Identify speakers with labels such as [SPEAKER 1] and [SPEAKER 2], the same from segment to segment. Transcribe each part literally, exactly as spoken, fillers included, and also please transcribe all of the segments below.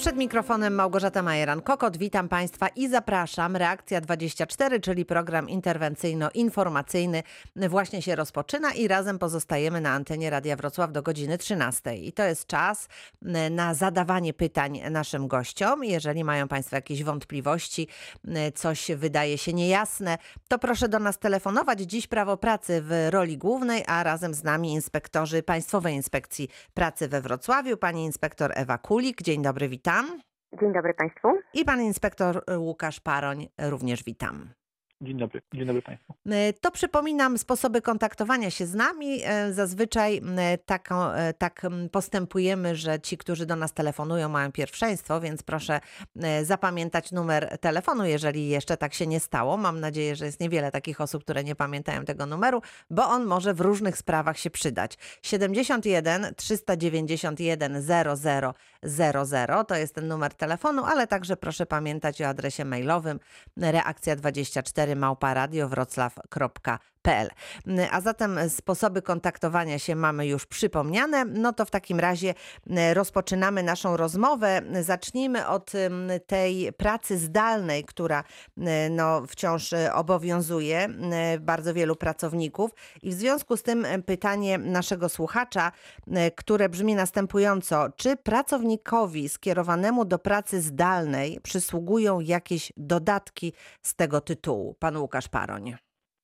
[SPEAKER 1] Przed mikrofonem Małgorzata Majeran-Kokot. Witam Państwa i zapraszam. Reakcja dwadzieścia cztery, czyli program interwencyjno-informacyjny, właśnie się rozpoczyna i razem pozostajemy na antenie Radia Wrocław do godziny trzynastej. I to jest czas na zadawanie pytań naszym gościom. Jeżeli mają Państwo jakieś wątpliwości, coś wydaje się niejasne, to proszę do nas telefonować. Dziś prawo pracy w roli głównej, a razem z nami inspektorzy Państwowej Inspekcji Pracy we Wrocławiu. Pani inspektor Ewa Kulik. Dzień dobry, witam.
[SPEAKER 2] Dzień dobry Państwu.
[SPEAKER 1] I pan inspektor Łukasz Paroń, również witam.
[SPEAKER 3] Dzień dobry, dzień dobry Państwu.
[SPEAKER 1] To przypominam sposoby kontaktowania się z nami. Zazwyczaj tak, tak postępujemy, że ci, którzy do nas telefonują, mają pierwszeństwo, więc proszę zapamiętać numer telefonu, jeżeli jeszcze tak się nie stało. Mam nadzieję, że jest niewiele takich osób, które nie pamiętają tego numeru, bo on może w różnych sprawach się przydać. siedemdziesiąt jeden trzysta dziewięćdziesiąt jeden zero zero zero zero to jest ten numer telefonu, ale także proszę pamiętać o adresie mailowym reakcja dwadzieścia cztery małpa radio wrocław kropka p l. A zatem sposoby kontaktowania się mamy już przypomniane. No to w takim razie rozpoczynamy naszą rozmowę. Zacznijmy od tej pracy zdalnej, która no, wciąż obowiązuje bardzo wielu pracowników. I w związku z tym pytanie naszego słuchacza, które brzmi następująco. Czy pracownikowi skierowanemu do pracy zdalnej przysługują jakieś dodatki z tego tytułu? Pan Łukasz Paroń.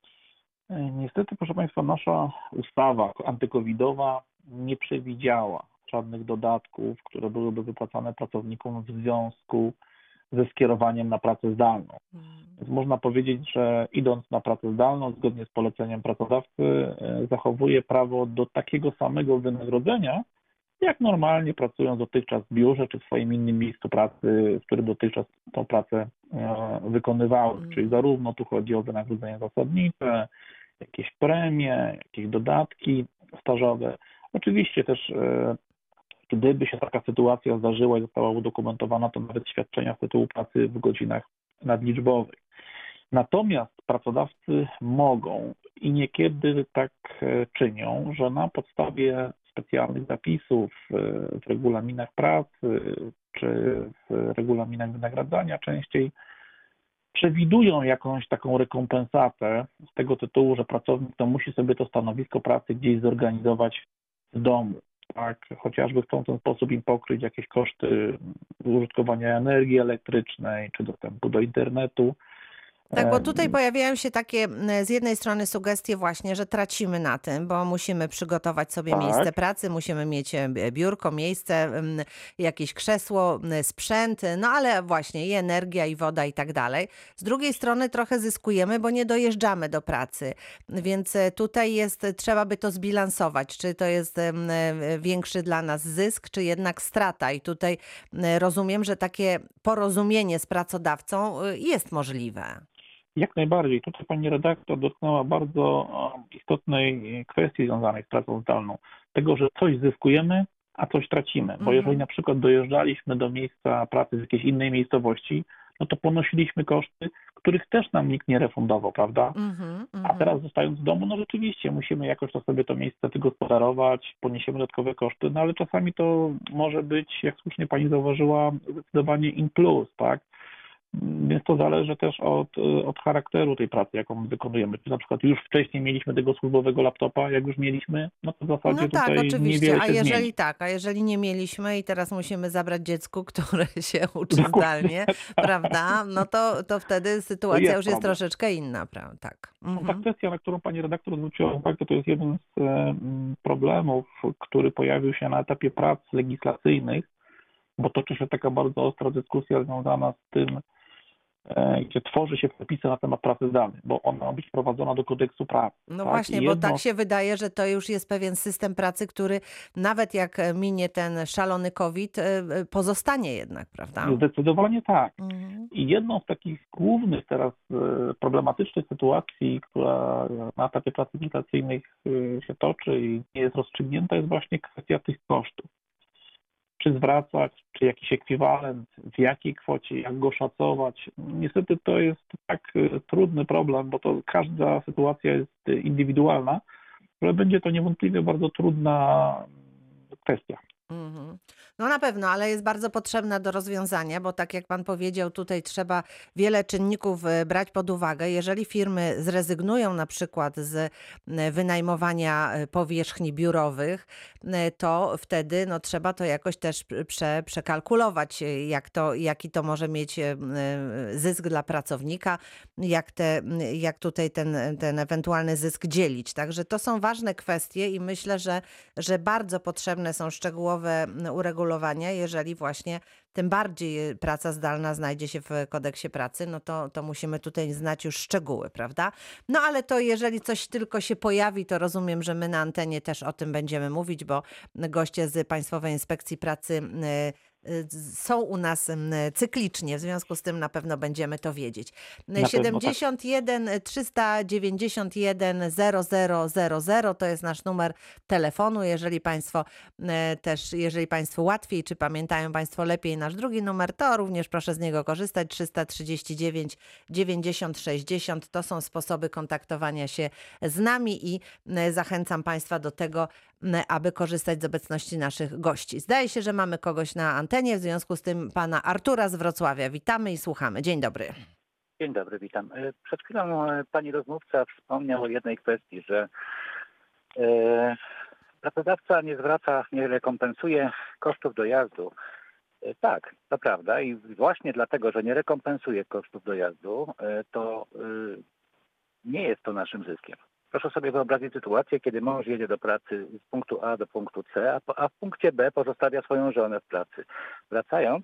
[SPEAKER 3] Niestety, proszę Państwa, nasza ustawa antykowidowa nie przewidziała żadnych dodatków, które byłyby wypłacane pracownikom w związku ze skierowaniem na pracę zdalną. Więc można powiedzieć, że idąc na pracę zdalną, zgodnie z poleceniem pracodawcy, zachowuje prawo do takiego samego wynagrodzenia, jak normalnie pracując dotychczas w biurze czy w swoim innym miejscu pracy, w którym dotychczas tą pracę wykonywały. Mm. Czyli zarówno tu chodzi o wynagrodzenie zasadnicze, jakieś premie, jakieś dodatki stażowe. Oczywiście też gdyby się taka sytuacja zdarzyła i została udokumentowana, to nawet świadczenia z tytułu pracy w godzinach nadliczbowych. Natomiast pracodawcy mogą i niekiedy tak czynią, że na podstawie specjalnych zapisów w regulaminach pracy czy w regulaminach wynagradzania częściej przewidują jakąś taką rekompensatę z tego tytułu, że pracownik to musi sobie to stanowisko pracy gdzieś zorganizować w domu. Tak, chociażby chcą w ten sposób im pokryć jakieś koszty użytkowania energii elektrycznej czy dostępu do internetu.
[SPEAKER 1] Tak, bo tutaj pojawiają się takie z jednej strony sugestie właśnie, że tracimy na tym, bo musimy przygotować sobie
[SPEAKER 3] tak.
[SPEAKER 1] miejsce pracy, musimy mieć biurko, miejsce, jakieś krzesło, sprzęt, no ale właśnie i energia, i woda i tak dalej. Z drugiej strony trochę zyskujemy, bo nie dojeżdżamy do pracy, więc tutaj jest, trzeba by to zbilansować, czy to jest większy dla nas zysk, czy jednak strata. I tutaj rozumiem, że takie porozumienie z pracodawcą jest możliwe.
[SPEAKER 3] Jak najbardziej. Tutaj pani redaktor dotknęła bardzo istotnej kwestii związanej z pracą zdalną. Tego, że coś zyskujemy, a coś tracimy. Bo jeżeli na przykład dojeżdżaliśmy do miejsca pracy z jakiejś innej miejscowości, no to ponosiliśmy koszty, których też nam nikt nie refundował, prawda? Mm-hmm, a teraz zostając w domu, no rzeczywiście musimy jakoś to sobie to miejsce wygospodarować, poniesiemy dodatkowe koszty, no ale czasami to może być, jak słusznie pani zauważyła, zdecydowanie in plus, tak? Więc to zależy też od, od charakteru tej pracy, jaką wykonujemy. Czy na przykład już wcześniej mieliśmy tego służbowego laptopa, jak już mieliśmy, no to w zasadzie
[SPEAKER 1] no tak,
[SPEAKER 3] tutaj
[SPEAKER 1] oczywiście.
[SPEAKER 3] niewiele się
[SPEAKER 1] A jeżeli
[SPEAKER 3] zmieni.
[SPEAKER 1] tak, a jeżeli nie mieliśmy i teraz musimy zabrać dziecku, które się uczy zdalnie, prawda, no to, to wtedy sytuacja
[SPEAKER 3] jest
[SPEAKER 1] już jest
[SPEAKER 3] problem.
[SPEAKER 1] troszeczkę inna, prawda? Tak.
[SPEAKER 3] Mhm.
[SPEAKER 1] Mhm.
[SPEAKER 3] Ta kwestia, na którą pani redaktor zwróciła uwagę, to jest jeden z problemów, który pojawił się na etapie prac legislacyjnych, bo toczy się taka bardzo ostra dyskusja związana z tym, gdzie tworzy się przepisy na temat pracy zdalnej, bo ona ma być wprowadzona do kodeksu pracy.
[SPEAKER 1] No
[SPEAKER 3] tak?
[SPEAKER 1] właśnie,
[SPEAKER 3] Jedno...
[SPEAKER 1] bo tak się wydaje, że to już jest pewien system pracy, który nawet jak minie ten szalony COVID, pozostanie jednak, prawda?
[SPEAKER 3] Zdecydowanie tak.
[SPEAKER 1] Mhm.
[SPEAKER 3] I jedną z takich głównych teraz problematycznych sytuacji, która na etapie prac legislacyjnych się toczy i nie jest rozstrzygnięta, jest właśnie kwestia tych kosztów. Czy zwracać, czy jakiś ekwiwalent, w jakiej kwocie, jak go szacować. Niestety to jest tak trudny problem, bo to każda sytuacja jest indywidualna, że będzie to niewątpliwie bardzo trudna kwestia.
[SPEAKER 1] Mhm. No na pewno, ale jest bardzo potrzebna do rozwiązania, bo tak jak pan powiedział, tutaj trzeba wiele czynników e, brać pod uwagę. Jeżeli firmy zrezygnują na przykład z e, wynajmowania e, powierzchni biurowych, e, to wtedy no, trzeba to jakoś też prze, przekalkulować, e, jak to, jaki to może mieć e, e, zysk dla pracownika, jak, te, jak tutaj ten, ten ewentualny zysk dzielić. Także to są ważne kwestie i myślę, że, że bardzo potrzebne są szczegółowe uregulowania, jeżeli właśnie tym bardziej praca zdalna znajdzie się w kodeksie pracy, no to, to musimy tutaj znać już szczegóły, prawda? No ale to jeżeli coś tylko się pojawi, to rozumiem, że my na antenie też o tym będziemy mówić, bo goście z Państwowej Inspekcji Pracy y, y, są u nas y, cyklicznie, w związku z tym na pewno będziemy to wiedzieć.
[SPEAKER 3] Na pewno tak.
[SPEAKER 1] siedemdziesiąt jeden trzysta dziewięćdziesiąt jeden zero zero zero zero to jest nasz numer telefonu. Jeżeli Państwo e, też, jeżeli Państwu łatwiej, czy pamiętają Państwo lepiej nasz drugi numer, to również proszę z niego korzystać. trzysta trzydzieści dziewięć dziewięćdziesiąt sześćdziesiąt to są sposoby kontaktowania się z nami i e, zachęcam Państwa do tego, e, aby korzystać z obecności naszych gości. Zdaje się, że mamy kogoś na antenie, w związku z tym pana Artura z Wrocławia. Witamy i słuchamy. Dzień dobry.
[SPEAKER 2] Dzień dobry, witam. Przed chwilą pani rozmówca wspomniał o jednej kwestii, że e, pracodawca nie zwraca, nie rekompensuje kosztów dojazdu. E, tak, to prawda i właśnie dlatego, że nie rekompensuje kosztów dojazdu, e, to e, nie jest to naszym zyskiem. Proszę sobie wyobrazić sytuację, kiedy mąż jedzie do pracy z punktu A do punktu C, a, po, a w punkcie B pozostawia swoją żonę w pracy. Wracając,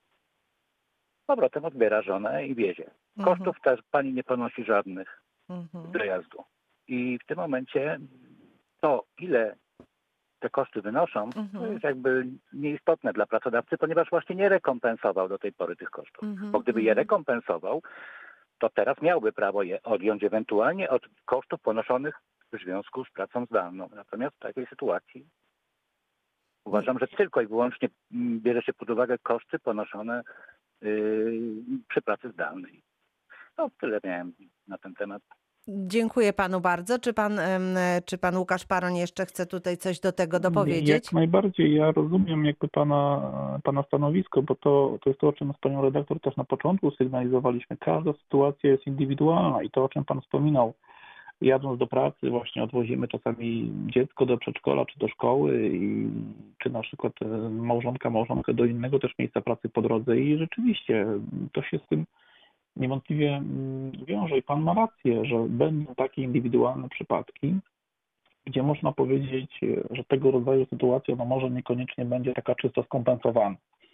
[SPEAKER 2] powrotem odbiera żonę i wiezie. Kosztów
[SPEAKER 1] Mhm.
[SPEAKER 2] też pani nie ponosi żadnych
[SPEAKER 1] Mhm.
[SPEAKER 2] dojazdu. I w tym momencie to, ile te koszty wynoszą, to
[SPEAKER 1] Mhm.
[SPEAKER 2] jest jakby nieistotne dla pracodawcy, ponieważ właśnie nie rekompensował do tej pory tych kosztów.
[SPEAKER 1] Mhm.
[SPEAKER 2] Bo gdyby je
[SPEAKER 1] Mhm.
[SPEAKER 2] rekompensował, to teraz miałby prawo je odjąć ewentualnie od kosztów ponoszonych w związku z pracą zdalną. Natomiast w takiej sytuacji uważam, że tylko i wyłącznie mm, bierze się pod uwagę koszty ponoszone yy, przy pracy zdalnej. No tyle miałem na ten temat.
[SPEAKER 1] Dziękuję panu bardzo. Czy pan, em, czy pan Łukasz Paroń jeszcze chce tutaj coś do tego
[SPEAKER 3] Jak
[SPEAKER 1] dopowiedzieć?
[SPEAKER 3] najbardziej ja rozumiem jakby pana, pana stanowisko, bo to, to jest to, o czym z panią redaktor też na początku sygnalizowaliśmy. Każda sytuacja jest indywidualna i to, o czym pan wspominał, jadąc do pracy, właśnie odwozimy czasami dziecko do przedszkola czy do szkoły, i, czy na przykład e, małżonka, małżonkę do innego też miejsca pracy po drodze i rzeczywiście to się z tym niewątpliwie mm, wiąże i pan ma rację, że będą takie indywidualne przypadki, gdzie można powiedzieć, że tego rodzaju sytuacja no może niekoniecznie będzie taka czysto skompensowana.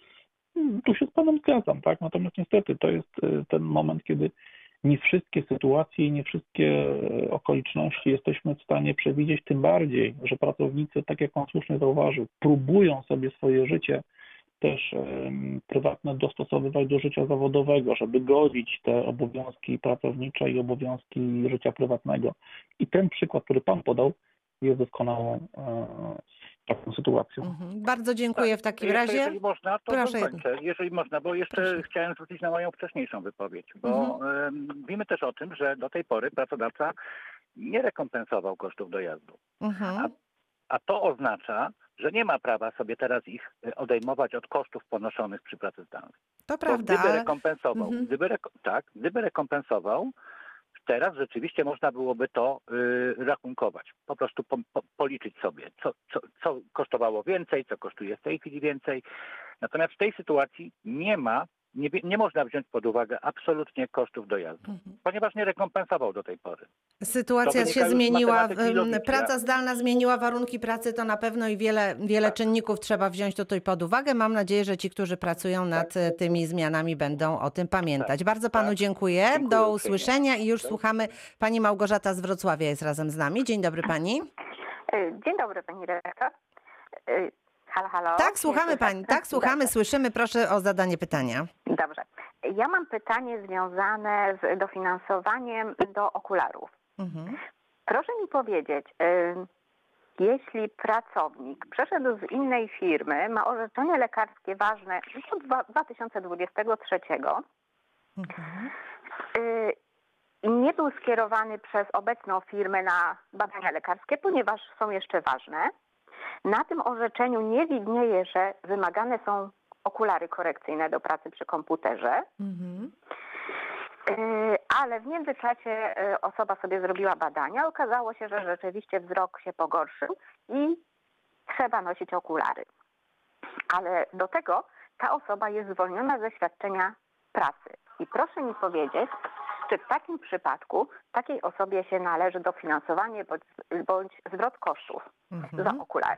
[SPEAKER 3] Mm, Tu się z panem zgadzam, tak? Natomiast niestety to jest e, ten moment, kiedy nie wszystkie sytuacje i nie wszystkie e, okoliczności jesteśmy w stanie przewidzieć, tym bardziej, że pracownicy, tak jak pan słusznie zauważył, próbują sobie swoje życie też em, prywatne dostosowywać do życia zawodowego, żeby godzić te obowiązki pracownicze i obowiązki życia prywatnego. I ten przykład, który pan podał, jest doskonałą e, taką sytuacją.
[SPEAKER 1] Mhm. Bardzo dziękuję w takim
[SPEAKER 2] Jeszcze,
[SPEAKER 1] razie.
[SPEAKER 2] jeżeli można, to
[SPEAKER 1] Proszę
[SPEAKER 2] dokończę. Jeżeli można, bo jeszcze
[SPEAKER 1] Proszę.
[SPEAKER 2] chciałem zwrócić na moją wcześniejszą wypowiedź, bo
[SPEAKER 1] Mhm.
[SPEAKER 2] em, mówimy też o tym, że do tej pory pracodawca nie rekompensował kosztów dojazdu. A,
[SPEAKER 1] Mhm.
[SPEAKER 2] a to oznacza, że nie ma prawa sobie teraz ich e, odejmować od kosztów ponoszonych przy pracy zdalnej.
[SPEAKER 1] To
[SPEAKER 2] Bo
[SPEAKER 1] prawda,
[SPEAKER 2] gdyby
[SPEAKER 1] ale
[SPEAKER 2] rekompensował,
[SPEAKER 1] mhm.
[SPEAKER 2] gdyby reko- tak, gdyby rekompensował, teraz rzeczywiście można byłoby to y, rachunkować. Po prostu po, po, policzyć sobie, co, co, co kosztowało więcej, co kosztuje w tej chwili więcej. Natomiast w tej sytuacji nie ma, nie, wie- nie można wziąć pod uwagę absolutnie kosztów dojazdu,
[SPEAKER 1] Mhm.
[SPEAKER 2] ponieważ nie rekompensował do tej pory. To
[SPEAKER 1] Sytuacja się
[SPEAKER 2] wynika już z
[SPEAKER 1] zmieniła,
[SPEAKER 2] matematyki i
[SPEAKER 1] em,
[SPEAKER 2] logiki.
[SPEAKER 1] praca zdalna zmieniła warunki pracy, to na pewno i wiele, wiele
[SPEAKER 2] Tak.
[SPEAKER 1] czynników trzeba wziąć tutaj pod uwagę. Mam nadzieję, że ci, którzy pracują nad e, tymi zmianami, będą o tym pamiętać. Bardzo panu
[SPEAKER 2] tak.
[SPEAKER 1] dziękuję.
[SPEAKER 2] Dziękuję
[SPEAKER 1] Do
[SPEAKER 2] uprzejmie.
[SPEAKER 1] usłyszenia i już
[SPEAKER 2] Do
[SPEAKER 1] słuchamy. Pani Małgorzata z Wrocławia jest razem z nami. Dzień dobry pani.
[SPEAKER 4] Y, Dzień dobry, pani redaktor. Y, Halo, halo.
[SPEAKER 1] Tak,
[SPEAKER 4] Mnie
[SPEAKER 1] słuchamy
[SPEAKER 4] słychać?
[SPEAKER 1] pani. Tak, słuchamy,
[SPEAKER 4] Dobrze.
[SPEAKER 1] słyszymy. Proszę o zadanie pytania.
[SPEAKER 4] Dobrze. Ja mam pytanie związane z dofinansowaniem do okularów.
[SPEAKER 1] Mhm.
[SPEAKER 4] Proszę mi powiedzieć, y, jeśli pracownik przeszedł z innej firmy, ma orzeczenie lekarskie ważne do dwa- dwa tysiące dwudziestego trzeciego
[SPEAKER 1] Mhm.
[SPEAKER 4] y, i nie był skierowany przez obecną firmę na badania lekarskie, ponieważ są jeszcze ważne, Na tym orzeczeniu nie widnieje, że wymagane są okulary korekcyjne do pracy przy komputerze,
[SPEAKER 1] Mhm.
[SPEAKER 4] Yy, ale w międzyczasie yy, osoba sobie zrobiła badania. Okazało się, że rzeczywiście wzrok się pogorszył i trzeba nosić okulary. Ale do tego ta osoba jest zwolniona ze świadczenia pracy. I proszę mi powiedzieć, czy w takim przypadku takiej osobie się należy dofinansowanie bądź, bądź zwrot kosztów
[SPEAKER 1] Mhm.
[SPEAKER 4] za okulary.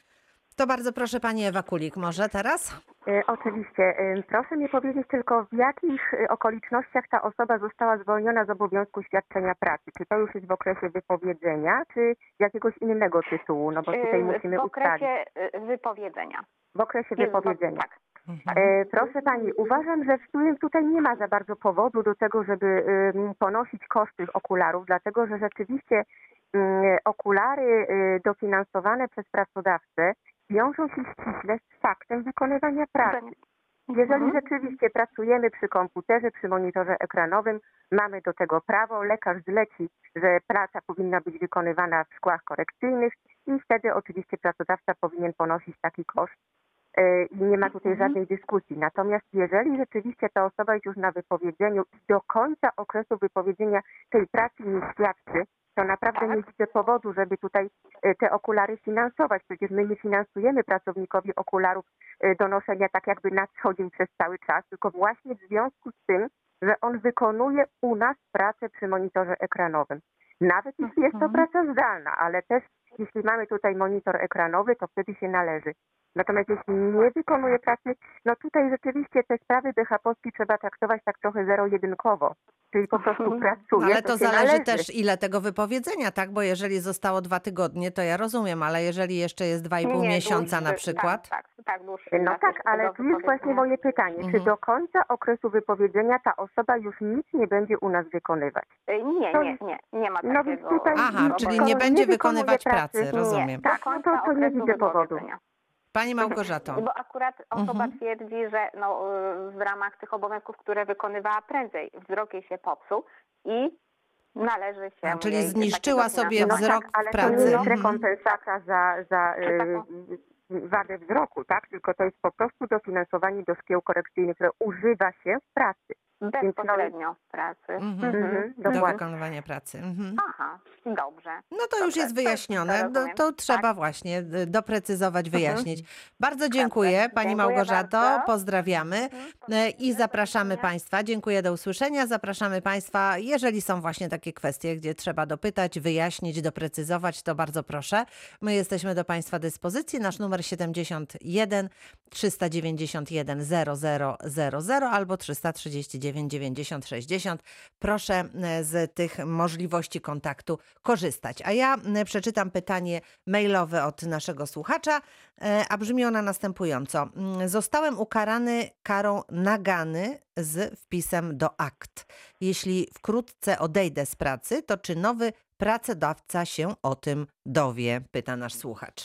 [SPEAKER 1] To bardzo proszę pani Ewa Kulik, może teraz?
[SPEAKER 5] E, Oczywiście. E, Proszę mi powiedzieć tylko, w jakich e, okolicznościach ta osoba została zwolniona z obowiązku świadczenia pracy? Czy to już jest w okresie wypowiedzenia, czy z jakiegoś innego tytułu? No bo tutaj
[SPEAKER 4] Yy,
[SPEAKER 5] musimy
[SPEAKER 4] W
[SPEAKER 5] ustalić.
[SPEAKER 4] okresie yy, wypowiedzenia.
[SPEAKER 5] W okresie
[SPEAKER 4] Jest
[SPEAKER 5] wypowiedzenia.
[SPEAKER 4] Tak.
[SPEAKER 1] Mhm.
[SPEAKER 5] E, Proszę Pani, uważam, że w sumie tutaj nie ma za bardzo powodu do tego, żeby ym, ponosić koszt tych okularów, dlatego że rzeczywiście ym, okulary y, dofinansowane przez pracodawcę wiążą się ściśle z faktem wykonywania pracy. Jeżeli
[SPEAKER 4] Mhm.
[SPEAKER 5] rzeczywiście pracujemy przy komputerze, przy monitorze ekranowym, mamy do tego prawo, lekarz zleci, że praca powinna być wykonywana w szkłach korekcyjnych i wtedy oczywiście pracodawca powinien ponosić taki koszt. E, I nie ma tutaj
[SPEAKER 4] Mhm.
[SPEAKER 5] żadnej dyskusji. Natomiast jeżeli rzeczywiście ta osoba jest już na wypowiedzeniu i do końca okresu wypowiedzenia tej pracy nie świadczy, to naprawdę
[SPEAKER 4] Tak.
[SPEAKER 5] nie widzę powodu, żeby tutaj e, te okulary finansować. Przecież my nie finansujemy pracownikowi okularów e, do noszenia tak jakby na co dzień przez cały czas, tylko właśnie w związku z tym, że on wykonuje u nas pracę przy monitorze ekranowym. Nawet jeśli jest to
[SPEAKER 4] Mhm.
[SPEAKER 5] praca zdalna, ale też jeśli mamy tutaj monitor ekranowy, to wtedy się należy. Natomiast jeśli nie wykonuje pracy, no tutaj rzeczywiście te sprawy B H P O S P trzeba traktować tak trochę zero-jedynkowo. Czyli po prostu
[SPEAKER 4] Mhm.
[SPEAKER 5] pracuje,
[SPEAKER 1] Ale to
[SPEAKER 5] się
[SPEAKER 1] zależy
[SPEAKER 5] należy.
[SPEAKER 1] też ile tego wypowiedzenia, tak? Bo jeżeli zostało dwa tygodnie, to ja rozumiem, ale jeżeli jeszcze jest dwa i pół
[SPEAKER 4] Nie,
[SPEAKER 1] miesiąca na
[SPEAKER 4] dłuższy,
[SPEAKER 1] przykład.
[SPEAKER 4] Tak, tak, tak dłuższy
[SPEAKER 5] No
[SPEAKER 4] czas
[SPEAKER 5] tak,
[SPEAKER 4] jeszcze
[SPEAKER 5] ale
[SPEAKER 4] do
[SPEAKER 5] tu jest właśnie
[SPEAKER 4] wypowiedzenia.
[SPEAKER 5] moje pytanie. Czy
[SPEAKER 1] Mhm.
[SPEAKER 5] do końca okresu wypowiedzenia ta osoba już nic nie będzie u nas wykonywać?
[SPEAKER 4] Y, Nie,
[SPEAKER 5] To
[SPEAKER 4] nie,
[SPEAKER 5] jest-
[SPEAKER 4] nie, nie ma
[SPEAKER 5] No więc
[SPEAKER 4] takiego.
[SPEAKER 5] tutaj
[SPEAKER 1] Aha,
[SPEAKER 5] no,
[SPEAKER 1] czyli
[SPEAKER 5] skoro
[SPEAKER 1] nie będzie
[SPEAKER 5] wykonuje
[SPEAKER 1] wykonywać pracy,
[SPEAKER 5] pracy,
[SPEAKER 1] rozumiem.
[SPEAKER 4] Nie,
[SPEAKER 5] Tak,
[SPEAKER 4] do
[SPEAKER 5] no to-
[SPEAKER 4] końca
[SPEAKER 5] to nie
[SPEAKER 4] okresu
[SPEAKER 5] widzę powodu.
[SPEAKER 4] wypowiedzenia.
[SPEAKER 1] Pani Małgorzato.
[SPEAKER 4] Bo akurat osoba
[SPEAKER 1] Mhm.
[SPEAKER 4] twierdzi, że no, y, w ramach tych obowiązków, które wykonywała prędzej, wzrok jej się popsuł i należy się
[SPEAKER 1] A, czyli
[SPEAKER 4] jej
[SPEAKER 1] zniszczyła
[SPEAKER 4] takie
[SPEAKER 1] sobie
[SPEAKER 5] No
[SPEAKER 4] dofinansowanie.
[SPEAKER 1] wzrok
[SPEAKER 5] tak, ale
[SPEAKER 1] w
[SPEAKER 5] to
[SPEAKER 1] pracy.
[SPEAKER 5] nie jest
[SPEAKER 1] Mhm.
[SPEAKER 5] rekompensata za, za y,
[SPEAKER 4] Taką-
[SPEAKER 5] wadę wzroku, tak? Tylko to jest po prostu dofinansowanie do szkieł korekcyjnych, które używa się w pracy.
[SPEAKER 4] Bezpośrednio w pracy.
[SPEAKER 1] Mhm.
[SPEAKER 5] Mhm,
[SPEAKER 1] Do
[SPEAKER 5] dokładnie.
[SPEAKER 1] wykonywania pracy. Mhm.
[SPEAKER 4] Aha, dobrze.
[SPEAKER 1] No to już
[SPEAKER 4] Dobrze,
[SPEAKER 1] jest
[SPEAKER 4] to-
[SPEAKER 1] wyjaśnione.
[SPEAKER 4] to
[SPEAKER 1] To,
[SPEAKER 4] rozumiem.
[SPEAKER 1] to
[SPEAKER 4] Tak.
[SPEAKER 1] trzeba właśnie y, doprecyzować, wyjaśnić. Bardzo dziękuję Pani
[SPEAKER 4] Dziękuję
[SPEAKER 1] Małgorzato,
[SPEAKER 4] bardzo.
[SPEAKER 1] pozdrawiamy
[SPEAKER 4] Mhm,
[SPEAKER 1] y, i
[SPEAKER 4] pozdrawiamy,
[SPEAKER 1] zapraszamy
[SPEAKER 4] do widzenia.
[SPEAKER 1] Państwa. Dziękuję, do usłyszenia. Zapraszamy Państwa, jeżeli są właśnie takie kwestie, gdzie trzeba dopytać, wyjaśnić, doprecyzować, to bardzo proszę. My jesteśmy do Państwa dyspozycji. Nasz numer siedemdziesiąt jeden trzysta dziewięćdziesiąt jeden zero zero zero zero albo trzysta trzydzieści dziewięć dziewięćdziesiąt sześćdziesiąt. Proszę y, z tych możliwości kontaktu korzystać. A ja y, przeczytam pytanie mailowe od naszego słuchacza, y, a brzmi ona następująco. Mm, Zostałem ukarany karą nagany z wpisem do akt. Jeśli wkrótce odejdę z pracy, to czy nowy pracodawca się o tym dowie? Pyta nasz słuchacz.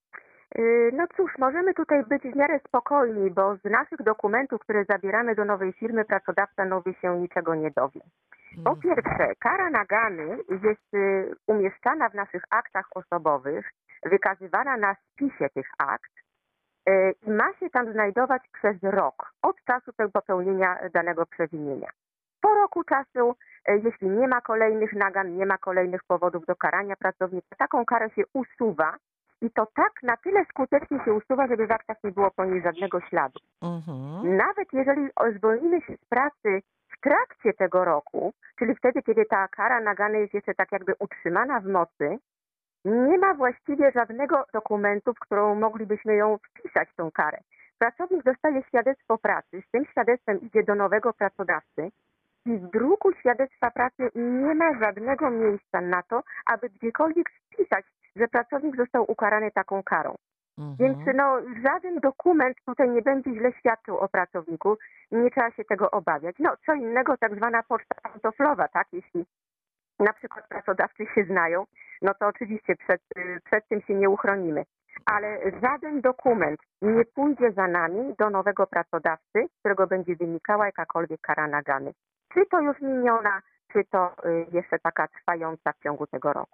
[SPEAKER 5] Y, No cóż, możemy tutaj być w miarę spokojni, bo z naszych dokumentów, które zabieramy do nowej firmy, pracodawca nowy się niczego nie dowie. Po pierwsze, kara nagany jest y, umieszczana w naszych aktach osobowych, wykazywana na spisie tych akt y, i ma się tam znajdować przez rok od czasu tego popełnienia danego przewinienia. Po roku czasu, y, jeśli nie ma kolejnych nagan, nie ma kolejnych powodów do karania pracownika, taką karę się usuwa i to tak na tyle skutecznie się usuwa, żeby w aktach nie było po niej żadnego śladu.
[SPEAKER 1] Mhm.
[SPEAKER 5] Nawet jeżeli zwolnimy się z pracy w trakcie tego roku, czyli wtedy, kiedy ta kara nagany jest jeszcze tak jakby utrzymana w mocy, nie ma właściwie żadnego dokumentu, w którą moglibyśmy ją wpisać, tą karę. Pracownik dostaje świadectwo pracy, z tym świadectwem idzie do nowego pracodawcy i w druku świadectwa pracy nie ma żadnego miejsca na to, aby gdziekolwiek wpisać, że pracownik został ukarany taką karą. Więc
[SPEAKER 1] Mhm.
[SPEAKER 5] no, żaden dokument tutaj nie będzie źle świadczył o pracowniku, nie trzeba się tego obawiać. No, co innego tak zwana poczta pantoflowa, tak? Jeśli na przykład pracodawcy się znają, no to oczywiście przed, y, przed tym się nie uchronimy. Ale żaden dokument nie pójdzie za nami do nowego pracodawcy, z którego będzie wynikała jakakolwiek kara nagany. Czy to już miniona, czy to y, jeszcze taka trwająca w ciągu tego roku.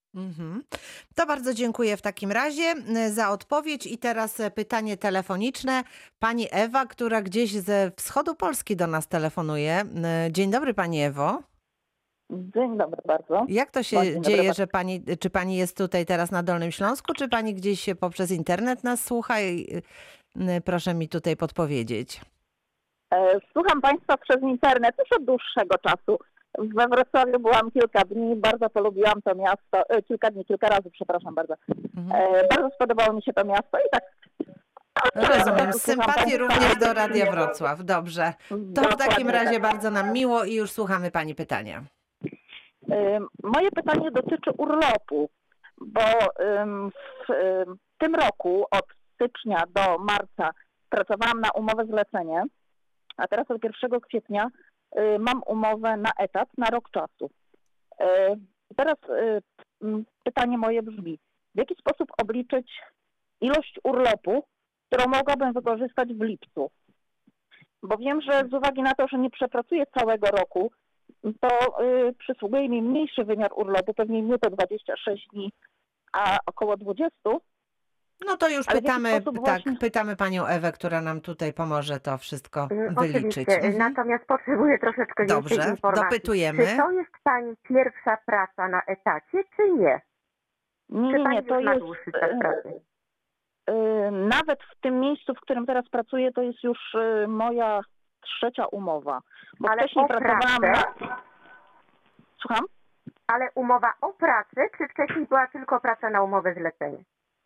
[SPEAKER 1] Mhm. To bardzo dziękuję w takim razie y, za odpowiedź. I teraz e, pytanie telefoniczne. Pani Ewa, która gdzieś ze wschodu Polski do nas telefonuje. Y, Dzień dobry, Pani Ewo.
[SPEAKER 6] Dzień dobry bardzo.
[SPEAKER 1] Jak to
[SPEAKER 6] No,
[SPEAKER 1] się
[SPEAKER 6] dzień dobry
[SPEAKER 1] dzieje,
[SPEAKER 6] bardzo.
[SPEAKER 1] że pani, czy pani jest tutaj teraz na Dolnym Śląsku, czy pani gdzieś się poprzez internet nas słucha? I, y, y, proszę mi tutaj podpowiedzieć.
[SPEAKER 6] E, Słucham Państwa przez internet już od dłuższego czasu. We Wrocławiu byłam kilka dni, bardzo polubiłam to miasto, e, kilka dni, kilka razy, przepraszam bardzo.
[SPEAKER 1] Mhm.
[SPEAKER 6] E, Bardzo spodobało mi się to miasto i tak.
[SPEAKER 1] Rozumiem. Z
[SPEAKER 6] Słucham
[SPEAKER 1] sympatii
[SPEAKER 6] państwa.
[SPEAKER 1] również do Radia Wrocław. Dobrze. To w takim
[SPEAKER 6] Dokładnie
[SPEAKER 1] razie
[SPEAKER 6] tak.
[SPEAKER 1] bardzo nam miło i już słuchamy pani pytania.
[SPEAKER 6] E, Moje pytanie dotyczy urlopu, bo em, w em, tym roku od stycznia do marca pracowałam na umowę zlecenie, a teraz od pierwszego kwietnia y, mam umowę na etat na rok czasu. Y, Teraz y, m, pytanie moje brzmi, w jaki sposób obliczyć ilość urlopu, którą mogłabym wykorzystać w lipcu? Bo wiem, że z uwagi na to, że nie przepracuję całego roku, to y, przysługuje mi mniejszy wymiar urlopu, pewnie nie to dwadzieścia sześć dni, a około dwadzieścia.
[SPEAKER 1] No to już
[SPEAKER 6] Ale w jaki
[SPEAKER 1] pytamy,
[SPEAKER 6] sposób
[SPEAKER 1] tak,
[SPEAKER 6] właśnie-
[SPEAKER 1] pytamy panią Ewę, która nam tutaj pomoże to wszystko
[SPEAKER 5] Y,
[SPEAKER 1] wyliczyć.
[SPEAKER 5] Oczywiście,
[SPEAKER 1] Mhm.
[SPEAKER 5] natomiast potrzebuję troszeczkę
[SPEAKER 1] Dobrze,
[SPEAKER 5] więcej informacji.
[SPEAKER 1] dopytujemy.
[SPEAKER 5] Czy to jest Pani pierwsza praca na etacie, czy nie?
[SPEAKER 6] Nie,
[SPEAKER 5] Czy
[SPEAKER 6] nie,
[SPEAKER 5] Pani
[SPEAKER 6] nie,
[SPEAKER 5] już
[SPEAKER 6] to
[SPEAKER 5] ma
[SPEAKER 6] jest...
[SPEAKER 5] dłuższy czas
[SPEAKER 6] y,
[SPEAKER 5] pracy?
[SPEAKER 6] y, Nawet w tym miejscu, w którym teraz pracuję, to jest już y, moja trzecia umowa. Bo
[SPEAKER 5] Ale
[SPEAKER 6] wcześniej
[SPEAKER 5] o
[SPEAKER 6] pracowałam
[SPEAKER 5] pracę?
[SPEAKER 6] na... Słucham?
[SPEAKER 5] Ale umowa o pracę, czy wcześniej była tylko praca na umowę zlecenie?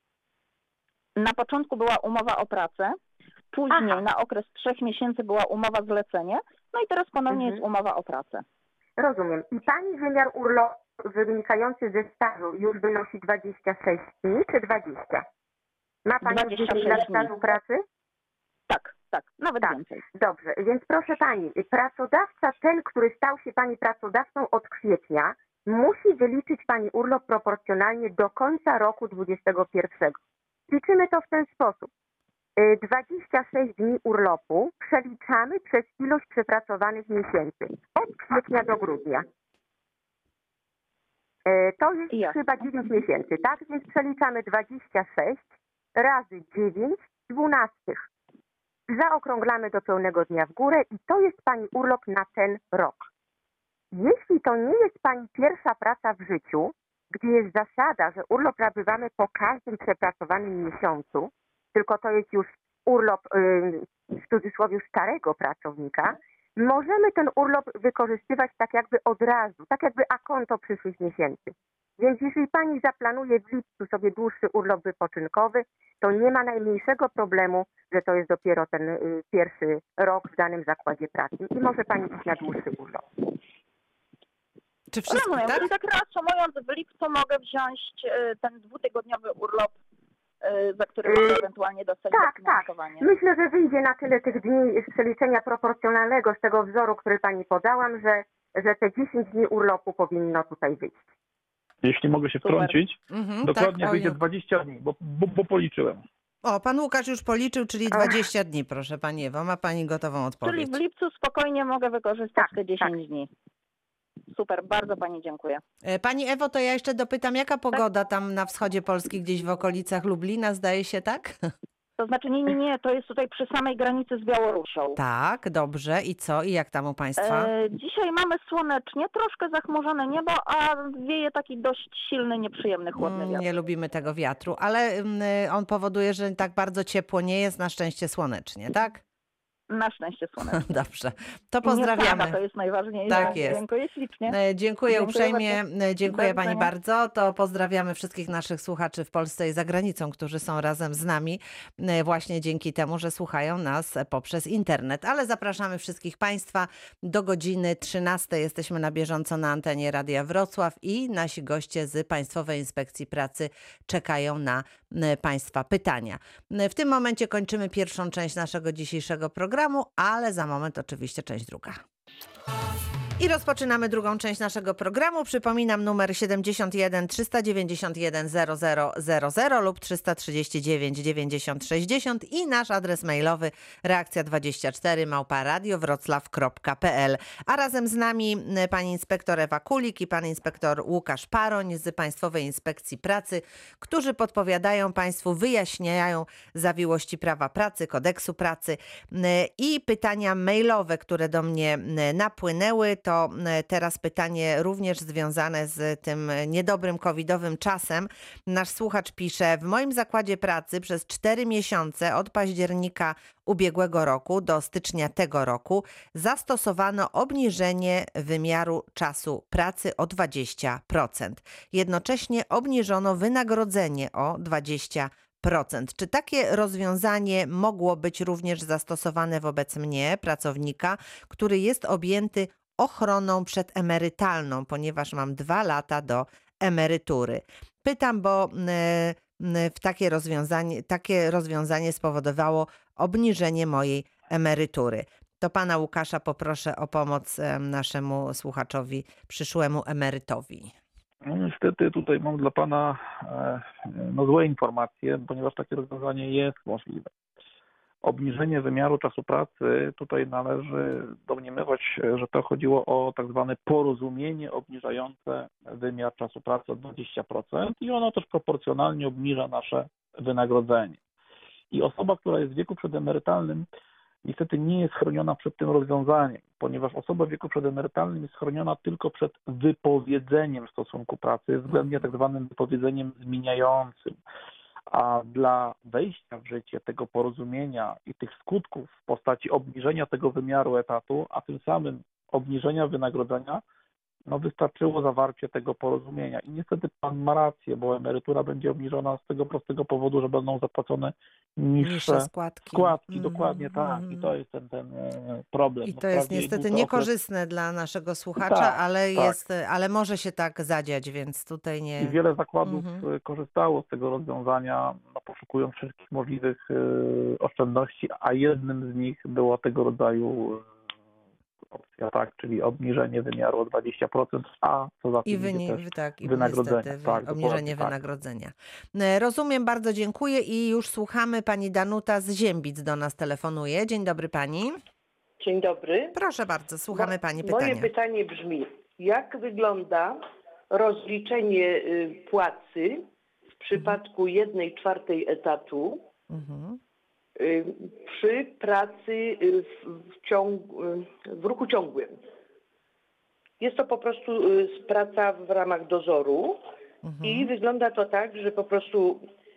[SPEAKER 6] Na początku była umowa o pracę, później
[SPEAKER 5] Aha.
[SPEAKER 6] na okres trzech miesięcy była umowa zlecenie, no i teraz ponownie
[SPEAKER 5] Mhm.
[SPEAKER 6] jest umowa o pracę.
[SPEAKER 5] Rozumiem. I Pani wymiar urlopu wynikający ze stażu już wynosi dwadzieścia sześć dni, czy dwadzieścia? Ma Pani już
[SPEAKER 6] dwadzieścia
[SPEAKER 5] dziesięć lat
[SPEAKER 6] sześć dni.
[SPEAKER 5] stażu pracy?
[SPEAKER 6] Tak, tak, nawet
[SPEAKER 5] Tak.
[SPEAKER 6] więcej.
[SPEAKER 5] Dobrze, więc proszę Pani, pracodawca, ten, który stał się Pani pracodawcą od kwietnia, musi wyliczyć Pani urlop proporcjonalnie do końca roku dwudziestego pierwszego. Liczymy to w ten sposób. Y, dwadzieścia sześć dni urlopu przeliczamy przez ilość przepracowanych miesięcy od kwietnia do grudnia. Y, To jest
[SPEAKER 6] Jasne.
[SPEAKER 5] chyba dziewięć miesięcy, tak? Więc przeliczamy dwadzieścia sześć razy dziewięć dwunastych. Zaokrąglamy do pełnego dnia w górę i to jest Pani urlop na ten rok. Jeśli to nie jest Pani pierwsza praca w życiu, gdzie jest zasada, że urlop nabywamy po każdym przepracowanym miesiącu, tylko to jest już urlop yy, w cudzysłowie starego pracownika, możemy ten urlop wykorzystywać tak jakby od razu, tak jakby a konto przyszłych miesięcy. Więc jeśli Pani zaplanuje w lipcu sobie dłuższy urlop wypoczynkowy, to nie ma najmniejszego problemu, że to jest dopiero ten y, pierwszy rok w danym zakładzie pracy i może Pani iść na dłuższy urlop.
[SPEAKER 1] Czy wszystko,
[SPEAKER 6] Rozumiem,
[SPEAKER 1] tak?
[SPEAKER 6] czyli tak reasumując, w lipcu mogę wziąć e, ten dwutygodniowy urlop, e, za który mogę ewentualnie dostać
[SPEAKER 5] Tak, tak.
[SPEAKER 6] dofinansowanie.
[SPEAKER 5] Myślę, że wyjdzie na tyle tych dni z przeliczenia proporcjonalnego z tego wzoru, który Pani podałam, że, że te dziesięć dni urlopu powinno tutaj wyjść.
[SPEAKER 3] Jeśli mogę się
[SPEAKER 6] Super.
[SPEAKER 3] wtrącić,
[SPEAKER 1] Mhm,
[SPEAKER 3] dokładnie
[SPEAKER 1] tak,
[SPEAKER 3] wyjdzie
[SPEAKER 1] o,
[SPEAKER 3] dwadzieścia dni, bo, bo, bo policzyłem.
[SPEAKER 1] o, pan Łukasz już policzył, czyli dwadzieścia dni, proszę pani Ewo. Ma pani gotową
[SPEAKER 6] Czyli
[SPEAKER 1] odpowiedź.
[SPEAKER 6] w lipcu spokojnie mogę wykorzystać
[SPEAKER 5] Tak,
[SPEAKER 6] te dziesięć dni. Super, bardzo Pani dziękuję.
[SPEAKER 1] E, Pani Ewo, to ja jeszcze dopytam, jaka pogoda tam na wschodzie Polski, gdzieś w okolicach Lublina, zdaje się, tak?
[SPEAKER 6] To znaczy nie, nie, nie, to jest tutaj przy samej granicy z Białorusią.
[SPEAKER 1] Tak, dobrze. I co? I jak tam u państwa?
[SPEAKER 6] E, dzisiaj mamy słonecznie, troszkę zachmurzone niebo, a wieje taki dość silny, nieprzyjemny, chłodny
[SPEAKER 1] Mm,
[SPEAKER 6] wiatr.
[SPEAKER 1] Nie lubimy tego wiatru, ale mm, on powoduje, że tak bardzo ciepło nie jest, na szczęście słonecznie, tak?
[SPEAKER 6] Na szczęście słonecznie.
[SPEAKER 1] Dobrze. To
[SPEAKER 6] I nie
[SPEAKER 1] pozdrawiamy.
[SPEAKER 6] pada, to jest najważniejsze.
[SPEAKER 1] Tak jest.
[SPEAKER 6] Dziękuję ślicznie.
[SPEAKER 1] E, Dziękuję,
[SPEAKER 6] Dziękuję
[SPEAKER 1] uprzejmie,
[SPEAKER 6] bardzo.
[SPEAKER 1] E, dziękuję
[SPEAKER 6] Do
[SPEAKER 1] Pani
[SPEAKER 6] widzenia.
[SPEAKER 1] bardzo. To pozdrawiamy wszystkich naszych słuchaczy w Polsce i za granicą, którzy są razem z nami e, właśnie dzięki temu, że słuchają nas poprzez internet. Ale zapraszamy wszystkich Państwa do godziny trzynastej. Jesteśmy na bieżąco na antenie Radia Wrocław i nasi goście z Państwowej Inspekcji Pracy czekają na e, Państwa pytania. E, W tym momencie kończymy pierwszą część naszego dzisiejszego programu, ale za moment oczywiście część druga. I rozpoczynamy drugą część naszego programu. Przypominam numer siedemdziesiąt jeden trzysta dziewięćdziesiąt jeden zero zero zero zero lub trzysta trzydzieści dziewięć dziewięćdziesiąt sześćdziesiąt i nasz adres mailowy reakcja dwadzieścia cztery małpa radio wrocław kropka p l. A razem z nami pani inspektor Ewa Kulik i pan inspektor Łukasz Paroń z Państwowej Inspekcji Pracy, którzy podpowiadają Państwu, wyjaśniają zawiłości prawa pracy, kodeksu pracy i pytania mailowe, które do mnie napłynęły. To teraz pytanie również związane z tym niedobrym covidowym czasem. Nasz słuchacz pisze: w moim zakładzie pracy przez cztery miesiące od października ubiegłego roku do stycznia tego roku zastosowano obniżenie wymiaru czasu pracy o dwadzieścia procent. Jednocześnie obniżono wynagrodzenie o dwadzieścia procent. Czy takie rozwiązanie mogło być również zastosowane wobec mnie, pracownika, który jest objęty ochroną przedemerytalną, ponieważ mam dwa lata do emerytury? Pytam, bo w takie rozwiązanie, takie rozwiązanie spowodowało obniżenie mojej emerytury. To pana Łukasza poproszę o pomoc naszemu słuchaczowi, przyszłemu emerytowi.
[SPEAKER 3] No niestety tutaj mam dla pana no, złe informacje, ponieważ takie rozwiązanie jest możliwe. Obniżenie wymiaru czasu pracy, tutaj należy domniemywać, że to chodziło o tak zwane porozumienie obniżające wymiar czasu pracy o dwadzieścia procent i ono też proporcjonalnie obniża nasze wynagrodzenie. I osoba, która jest w wieku przedemerytalnym, niestety nie jest chroniona przed tym rozwiązaniem, ponieważ osoba w wieku przedemerytalnym jest chroniona tylko przed wypowiedzeniem stosunku pracy, względnie tak zwanym wypowiedzeniem zmieniającym. A dla wejścia w życie tego porozumienia i tych skutków w postaci obniżenia tego wymiaru etatu, a tym samym obniżenia wynagrodzenia, no wystarczyło zawarcie tego porozumienia. I niestety pan ma rację, bo emerytura będzie obniżona z tego prostego powodu, że będą zapłacone niższe,
[SPEAKER 1] niższe składki.
[SPEAKER 3] składki.
[SPEAKER 1] Mm,
[SPEAKER 3] Dokładnie tak.
[SPEAKER 1] mm.
[SPEAKER 3] I to jest ten, ten problem.
[SPEAKER 1] I
[SPEAKER 3] No
[SPEAKER 1] to jest
[SPEAKER 3] wprawdzie
[SPEAKER 1] niestety
[SPEAKER 3] długi
[SPEAKER 1] niekorzystne
[SPEAKER 3] okres...
[SPEAKER 1] dla naszego słuchacza,
[SPEAKER 3] tak,
[SPEAKER 1] ale,
[SPEAKER 3] tak.
[SPEAKER 1] jest, ale może się tak zadziać, więc tutaj nie...
[SPEAKER 3] I wiele zakładów
[SPEAKER 1] Mhm.
[SPEAKER 3] korzystało z tego rozwiązania, no, poszukując wszystkich możliwych y, oszczędności, a jednym z nich była tego rodzaju y, opcja, tak, czyli obniżenie wymiaru o dwadzieścia procent, a co za tym
[SPEAKER 1] I,
[SPEAKER 3] idzie
[SPEAKER 1] wyni-
[SPEAKER 3] też
[SPEAKER 1] tak, i
[SPEAKER 3] wynagrodzenia.
[SPEAKER 1] niestety
[SPEAKER 3] Tak,
[SPEAKER 1] obniżenie
[SPEAKER 3] dokładnie tak.
[SPEAKER 1] wynagrodzenia. E, Rozumiem, bardzo dziękuję i już słuchamy. Pani Danuta z Ziembic do nas telefonuje. Dzień dobry pani.
[SPEAKER 7] Dzień dobry.
[SPEAKER 1] Proszę bardzo, słuchamy
[SPEAKER 7] Mo-
[SPEAKER 1] pani pytania.
[SPEAKER 7] Moje pytanie brzmi, jak wygląda rozliczenie y, płacy w przypadku jednej czwartej etatu
[SPEAKER 1] Mhm.
[SPEAKER 7] y, przy pracy y, w, w, ciągu, y, w ruchu ciągłym? Jest to po prostu y, praca w ramach dozoru
[SPEAKER 1] Mhm.
[SPEAKER 7] i wygląda to tak, że po prostu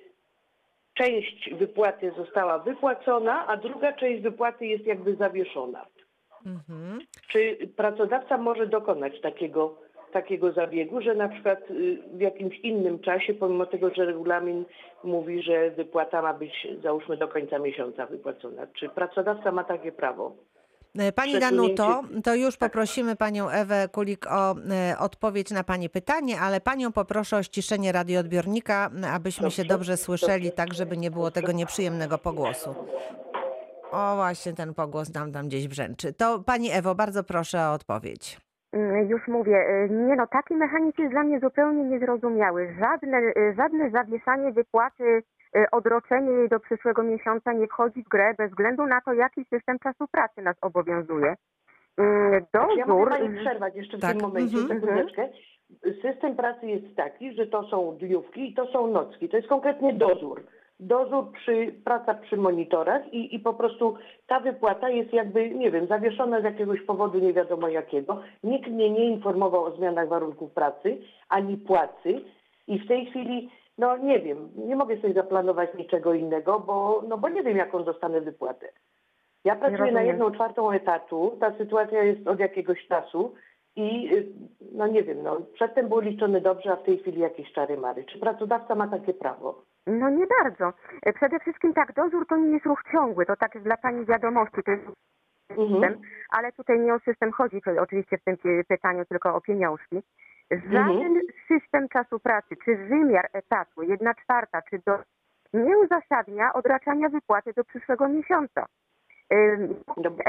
[SPEAKER 7] część wypłaty została wypłacona, a druga część wypłaty jest jakby zawieszona.
[SPEAKER 1] Mhm.
[SPEAKER 7] Czy pracodawca może dokonać takiego, takiego zabiegu, że na przykład y, w jakimś innym czasie, pomimo tego, że regulamin mówi, że wypłata ma być załóżmy do końca miesiąca wypłacona. Czy pracodawca ma takie prawo?
[SPEAKER 1] E, Pani
[SPEAKER 7] Przesunięcie-
[SPEAKER 1] Danuto, to już poprosimy panią Ewę Kulik o e, odpowiedź na pani pytanie, ale panią poproszę o ściszenie radioodbiornika, abyśmy się
[SPEAKER 7] Dobrze,
[SPEAKER 1] dobrze słyszeli,
[SPEAKER 7] dobrze.
[SPEAKER 1] tak żeby nie było tego nieprzyjemnego pogłosu. O, właśnie ten pogłos nam tam gdzieś brzęczy. To pani Ewo, bardzo proszę o odpowiedź.
[SPEAKER 5] Mm, Już mówię, y, nie no, taki mechanizm jest dla mnie zupełnie niezrozumiały. Żadne, y, żadne zawieszanie wypłaty, y, odroczenie jej do przyszłego miesiąca nie wchodzi w grę bez względu na to, jaki system czasu pracy nas obowiązuje. Mm,
[SPEAKER 7] Ja mogę
[SPEAKER 5] Dozór,
[SPEAKER 7] pani przerwać jeszcze w
[SPEAKER 1] Tak.
[SPEAKER 7] tym momencie,
[SPEAKER 1] Mhm.
[SPEAKER 7] sekundeczkę. System pracy jest taki, że to są dniówki i to są nocki. To jest konkretnie dozór. Dozór przy, praca przy monitorach i, i po prostu ta wypłata jest jakby, nie wiem, zawieszona z jakiegoś powodu nie wiadomo jakiego. Nikt mnie nie informował o zmianach warunków pracy, ani płacy i w tej chwili, no nie wiem, nie mogę sobie zaplanować niczego innego, bo, no bo nie wiem, jaką dostanę wypłatę. Ja pracuję na
[SPEAKER 5] rozumiem.
[SPEAKER 7] jedną czwartą etatu, ta sytuacja jest od jakiegoś czasu i y, no nie wiem, no przedtem było liczone dobrze, a w tej chwili jakieś czary mary. Czy pracodawca ma takie prawo?
[SPEAKER 5] no nie bardzo. Y, Przede wszystkim tak, dozór to nie jest ruch ciągły, to tak jest dla pani wiadomości, to jest
[SPEAKER 7] Mhm.
[SPEAKER 5] system, ale tutaj nie o system chodzi, to oczywiście w tym py- pytaniu tylko o pieniążki. Żaden
[SPEAKER 7] Mhm.
[SPEAKER 5] system czasu pracy, czy wymiar etatu, jedna czwarta, czy do, nie uzasadnia odraczania wypłaty do przyszłego miesiąca. Ym,
[SPEAKER 7] Dobra.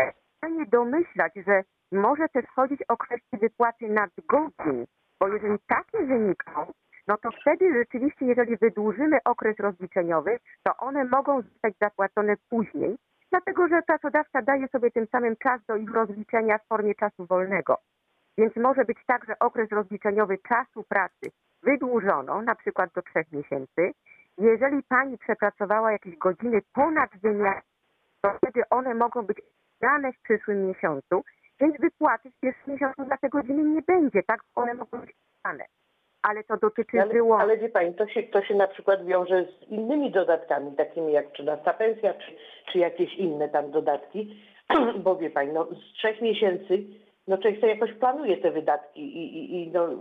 [SPEAKER 5] stanie domyślać, że może też chodzić o kwestię wypłaty nadgodzin, bo jeżeli takie wynikną, no to wtedy rzeczywiście, jeżeli wydłużymy okres rozliczeniowy, to one mogą zostać zapłacone później, dlatego że pracodawca daje sobie tym samym czas do ich rozliczenia w formie czasu wolnego. Więc może być tak, że okres rozliczeniowy czasu pracy wydłużono, na przykład do trzech miesięcy. Jeżeli pani przepracowała jakieś godziny ponad wymiar, to wtedy one mogą być dane w przyszłym miesiącu, więc wypłaty w pierwszym miesiącu za te godziny nie będzie, tak? One mogą być dane. Ale to dotyczy
[SPEAKER 7] Ale,
[SPEAKER 5] wyłącznie.
[SPEAKER 7] ale wie pani, to się, to się na przykład wiąże z innymi dodatkami, takimi jak trzynasta pensja, czy, czy jakieś inne tam dodatki, bo wie pani, no z trzech miesięcy, no człowiek sobie jakoś planuje te wydatki i, i, i no,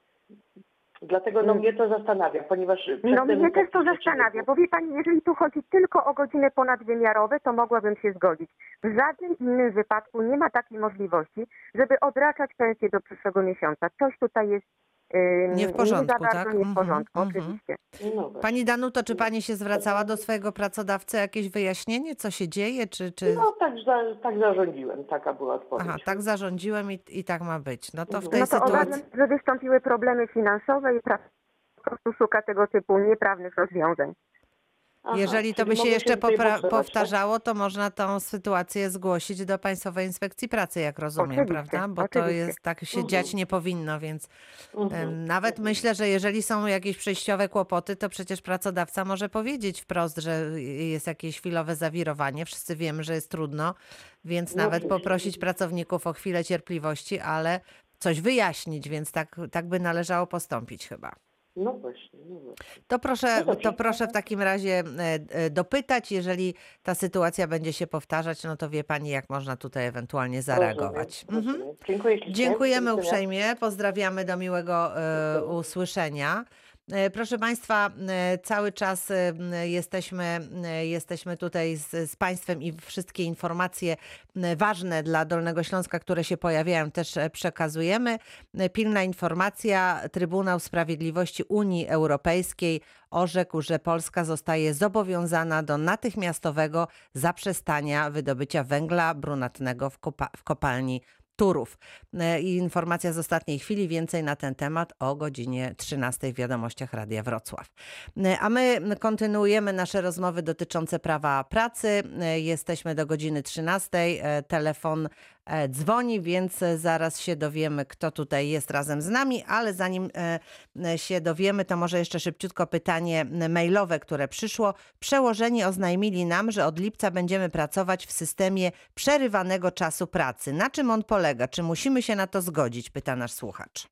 [SPEAKER 7] dlatego no mnie to zastanawia, ponieważ...
[SPEAKER 5] No mnie też to
[SPEAKER 7] takich rzeczy nie
[SPEAKER 5] zastanawia,
[SPEAKER 7] było.
[SPEAKER 5] bo wie pani, jeżeli tu chodzi tylko o godziny ponadwymiarowe, to mogłabym się zgodzić. W żadnym innym wypadku nie ma takiej możliwości, żeby odraczać pensję do przyszłego miesiąca. Coś tutaj jest yy,
[SPEAKER 1] Nie w porządku,
[SPEAKER 5] nie za bardzo
[SPEAKER 1] tak?
[SPEAKER 5] nie w porządku,
[SPEAKER 1] Mhm, mhm.
[SPEAKER 5] oczywiście.
[SPEAKER 7] No właśnie.
[SPEAKER 1] Pani Danuto, czy pani się zwracała do swojego pracodawcy? Jakieś wyjaśnienie, co się dzieje? Czy, czy...
[SPEAKER 7] No tak, za, tak zarządziłem, taka była odpowiedź.
[SPEAKER 1] Aha, tak zarządziłem i, i tak ma być. No to w
[SPEAKER 7] Mhm.
[SPEAKER 1] tej
[SPEAKER 5] No to
[SPEAKER 1] sytuacji...
[SPEAKER 5] obawiam się, że wystąpiły problemy finansowe i pracodawca po prostu szuka tego typu nieprawnych rozwiązań.
[SPEAKER 7] Aha,
[SPEAKER 1] Jeżeli to
[SPEAKER 7] czyli
[SPEAKER 1] by się
[SPEAKER 7] mogę
[SPEAKER 1] jeszcze
[SPEAKER 7] tutaj
[SPEAKER 1] popra-
[SPEAKER 7] poprzewać,
[SPEAKER 1] powtarzało, to można tą sytuację zgłosić do Państwowej Inspekcji Pracy, jak rozumiem,
[SPEAKER 5] Oczywiście,
[SPEAKER 1] prawda? Bo to
[SPEAKER 5] oczywiście.
[SPEAKER 1] jest tak się
[SPEAKER 7] Mhm.
[SPEAKER 1] dziać nie powinno, więc
[SPEAKER 7] Mhm.
[SPEAKER 1] em, nawet
[SPEAKER 7] Mhm.
[SPEAKER 1] myślę, że jeżeli są jakieś przejściowe kłopoty, to przecież pracodawca może powiedzieć wprost, że jest jakieś chwilowe zawirowanie. Wszyscy wiemy, że jest trudno, więc
[SPEAKER 7] No
[SPEAKER 1] nawet
[SPEAKER 7] oczywiście.
[SPEAKER 1] poprosić pracowników o chwilę cierpliwości, ale coś wyjaśnić, więc tak, tak by należało postąpić chyba.
[SPEAKER 7] No właśnie, no właśnie.
[SPEAKER 1] To proszę,
[SPEAKER 7] No dobrze.
[SPEAKER 1] to proszę w takim razie e, e, dopytać, jeżeli ta sytuacja będzie się powtarzać, no to wie pani, jak można tutaj ewentualnie zareagować.
[SPEAKER 7] Rozumiem,
[SPEAKER 1] Mhm.
[SPEAKER 7] rozumiem. Dziękuję ślicznie.
[SPEAKER 1] Dziękujemy
[SPEAKER 7] Do widzenia.
[SPEAKER 1] uprzejmie, pozdrawiamy, do miłego e, usłyszenia. E, Proszę Państwa, e, cały czas e, m, jesteśmy, e, jesteśmy tutaj z, z Państwem i wszystkie informacje m, ważne dla Dolnego Śląska, które się pojawiają, też e, przekazujemy. E, Pilna informacja. Trybunał Sprawiedliwości Unii Europejskiej orzekł, że Polska zostaje zobowiązana do natychmiastowego zaprzestania wydobycia węgla brunatnego w, kopa- w kopalni Turów. E, I informacja z ostatniej chwili, więcej na ten temat o godzinie trzynastej w Wiadomościach Radia Wrocław. E, A my kontynuujemy nasze rozmowy dotyczące prawa pracy. E, Jesteśmy do godziny trzynastej. E, Telefon e, dzwoni, więc e, zaraz się dowiemy, kto tutaj jest razem z nami, ale zanim e, e, się dowiemy, to może jeszcze szybciutko pytanie m, mailowe, które przyszło. Przełożeni oznajmili nam, że od lipca będziemy pracować w systemie przerywanego czasu pracy. Na czym on polega? Czy musimy się na to zgodzić? Pyta nasz słuchacz.